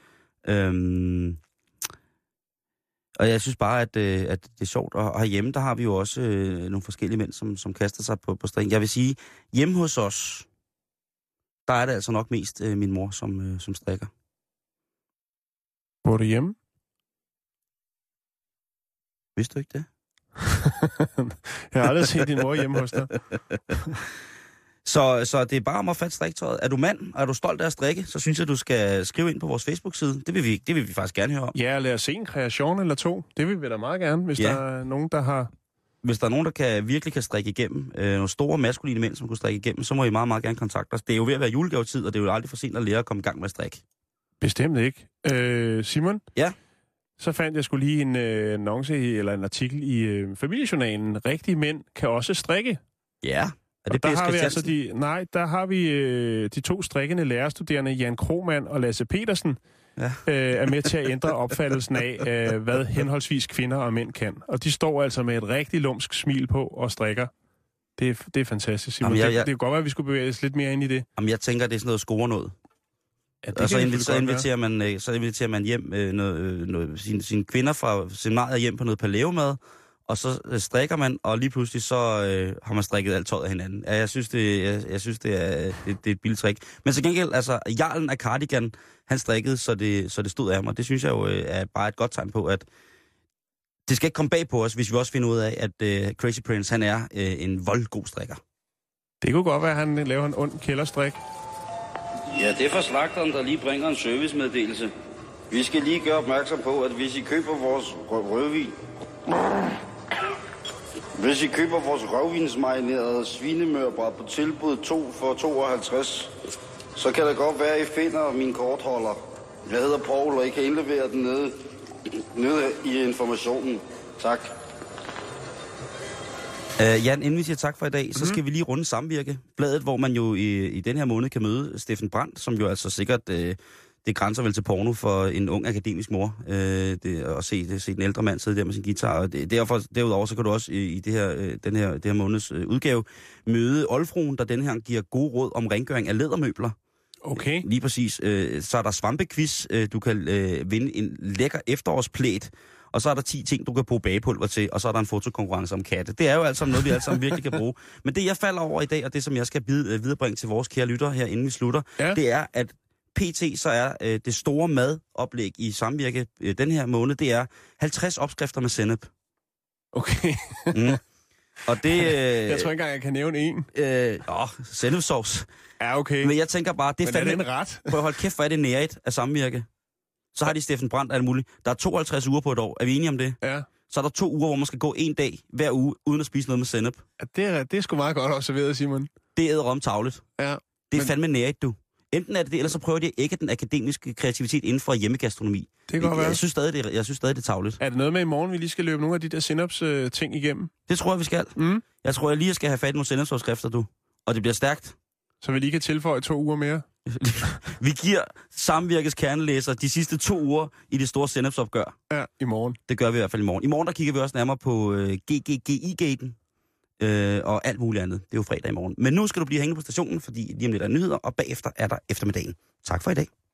Og jeg synes bare, at det er sjovt, og herhjemme, der har vi jo også nogle forskellige mænd, som kaster sig på string. Jeg vil sige, hjemme hos os, der er det altså nok mest min mor, som strikker. Bor du hjemme? Vidste du ikke det? Jeg har aldrig set din mor hjemme hos dig. Så det er bare om at fatte striktøjet. Er du mand, og er du stolt af at strikke, så synes jeg, du skal skrive ind på vores Facebook-side. Det vil vi faktisk gerne høre om. Ja, lad os se en kreation eller to. Det vil vi da meget gerne, hvis der er nogen, der har... Hvis der er nogen, der virkelig kan strikke igennem, nogle store maskuline mænd, som kunne strikke igennem, så må I meget, meget gerne kontakte os. Det er jo ved at være julegavetid, og det er jo aldrig for sent at lære at komme i gang med at strikke. Bestemt ikke. Simon? Ja? Så fandt jeg skulle lige en annonce eller en artikel i Familiejournalen. Rigtige mænd kan også strikke. Ja. Er det der har vi altså der har vi de 2 strikkende lærerstuderende, Jan Krohmann og Lasse Petersen, er med til at ændre opfattelsen af, hvad henholdsvis kvinder og mænd kan. Og de står altså med et rigtig lumsk smil på og strikker. Det er fantastisk, Simon. Jamen, det kan godt være, at vi skulle bevæge os lidt mere ind i det. Jamen, jeg tænker, det er sådan noget score noget. Ja, og så inviterer man hjem sine kvinder fra seminariet hjem på noget palæomad, og så strikker man, og lige pludselig så har man strikket alt tøjet af hinanden. Ja, jeg synes, det er et billigt trick. Men så gengæld, altså, jarlen af cardigan, han strikkede, så det stod af mig. Det synes jeg jo er bare et godt tegn på, at det skal ikke komme bag på os, hvis vi også finder ud af, at Crazy Prince, han er en voldgod strikker. Det kunne godt være, at han laver en ond kælderstrik. Ja, det er fra slagteren, der lige bringer en servicemeddelelse. Vi skal lige gøre opmærksom på, at hvis I køber vores rødvin... Hvis I køber vores rødvinsmarinerede svinemørbræt på tilbud 2 for 52, så kan det godt være, at I finder min kortholder. Jeg hedder Paul, og I kan indlevere den nede i informationen. Tak. Jan, inden vi siger tak for i dag, så skal vi lige runde Samvirke. Bladet, hvor man jo i den her måned kan møde Steffen Brandt, som jo altså sikkert, det grænser vel til porno for en ung akademisk mor, at se den ældre mand sidde der med sin guitar. Og derudover så kan du også i det her måneds udgave møde Olfruen, der den her giver gode råd om rengøring af lædermøbler. Okay. Lige præcis. Så er der svampequiz. Du kan vinde en lækker efterårsplæt. Og så er der 10 ting, du kan bruge bagepulver til, og så er der en fotokonkurrence om katte. Det er jo altså noget, vi alle sammen virkelig kan bruge. Men det, jeg falder over i dag, og det, som jeg skal viderebringe til vores kære lytter her, inden vi slutter, det er, at PT, så er det store madoplæg i Samvirke den her måned, det er 50 opskrifter med sennep. Okay. Og det... jeg tror ikke engang, jeg kan nævne en. Sennepsovs. Ja, okay. Men jeg tænker bare, det er fandme... en ret? Prøv at holde kæft, hvor er det nærigt af Samvirke. Så har de Steffen Brandt alt muligt. Der er 52 uger på et år. Er vi enige om det? Ja. så er der 2 uger, hvor man skal gå 1 dag hver uge, uden at spise noget med sennep. Ja, det er sgu meget godt observeret, Simon. Det er æderom-tavligt. Ja. Det er fandme nærigt, du. Enten er det, eller så prøver de ikke den akademiske kreativitet inden for hjemmegastronomi. Det kan godt være. Jeg synes stadig, det er tavligt. Er det noget med i morgen, vi lige skal løbe nogle af de der sinaps ting igennem? Det tror jeg, vi skal. Jeg tror, jeg lige skal have fat i nogle sennepsopskrifter, du. Og det bliver stærkt. Så vi lige kan tilføje 2 uger mere? Vi giver Samvirkes kernelæser de sidste 2 uger i det store sennepsopgør. Ja, i morgen. Det gør vi i hvert fald i morgen. I morgen der kigger vi også nærmere på GGGI-gaten og alt muligt andet. Det er jo fredag i morgen. Men nu skal du blive hængende på stationen, fordi lige om lidt er nyheder, og bagefter er der eftermiddagen. Tak for i dag.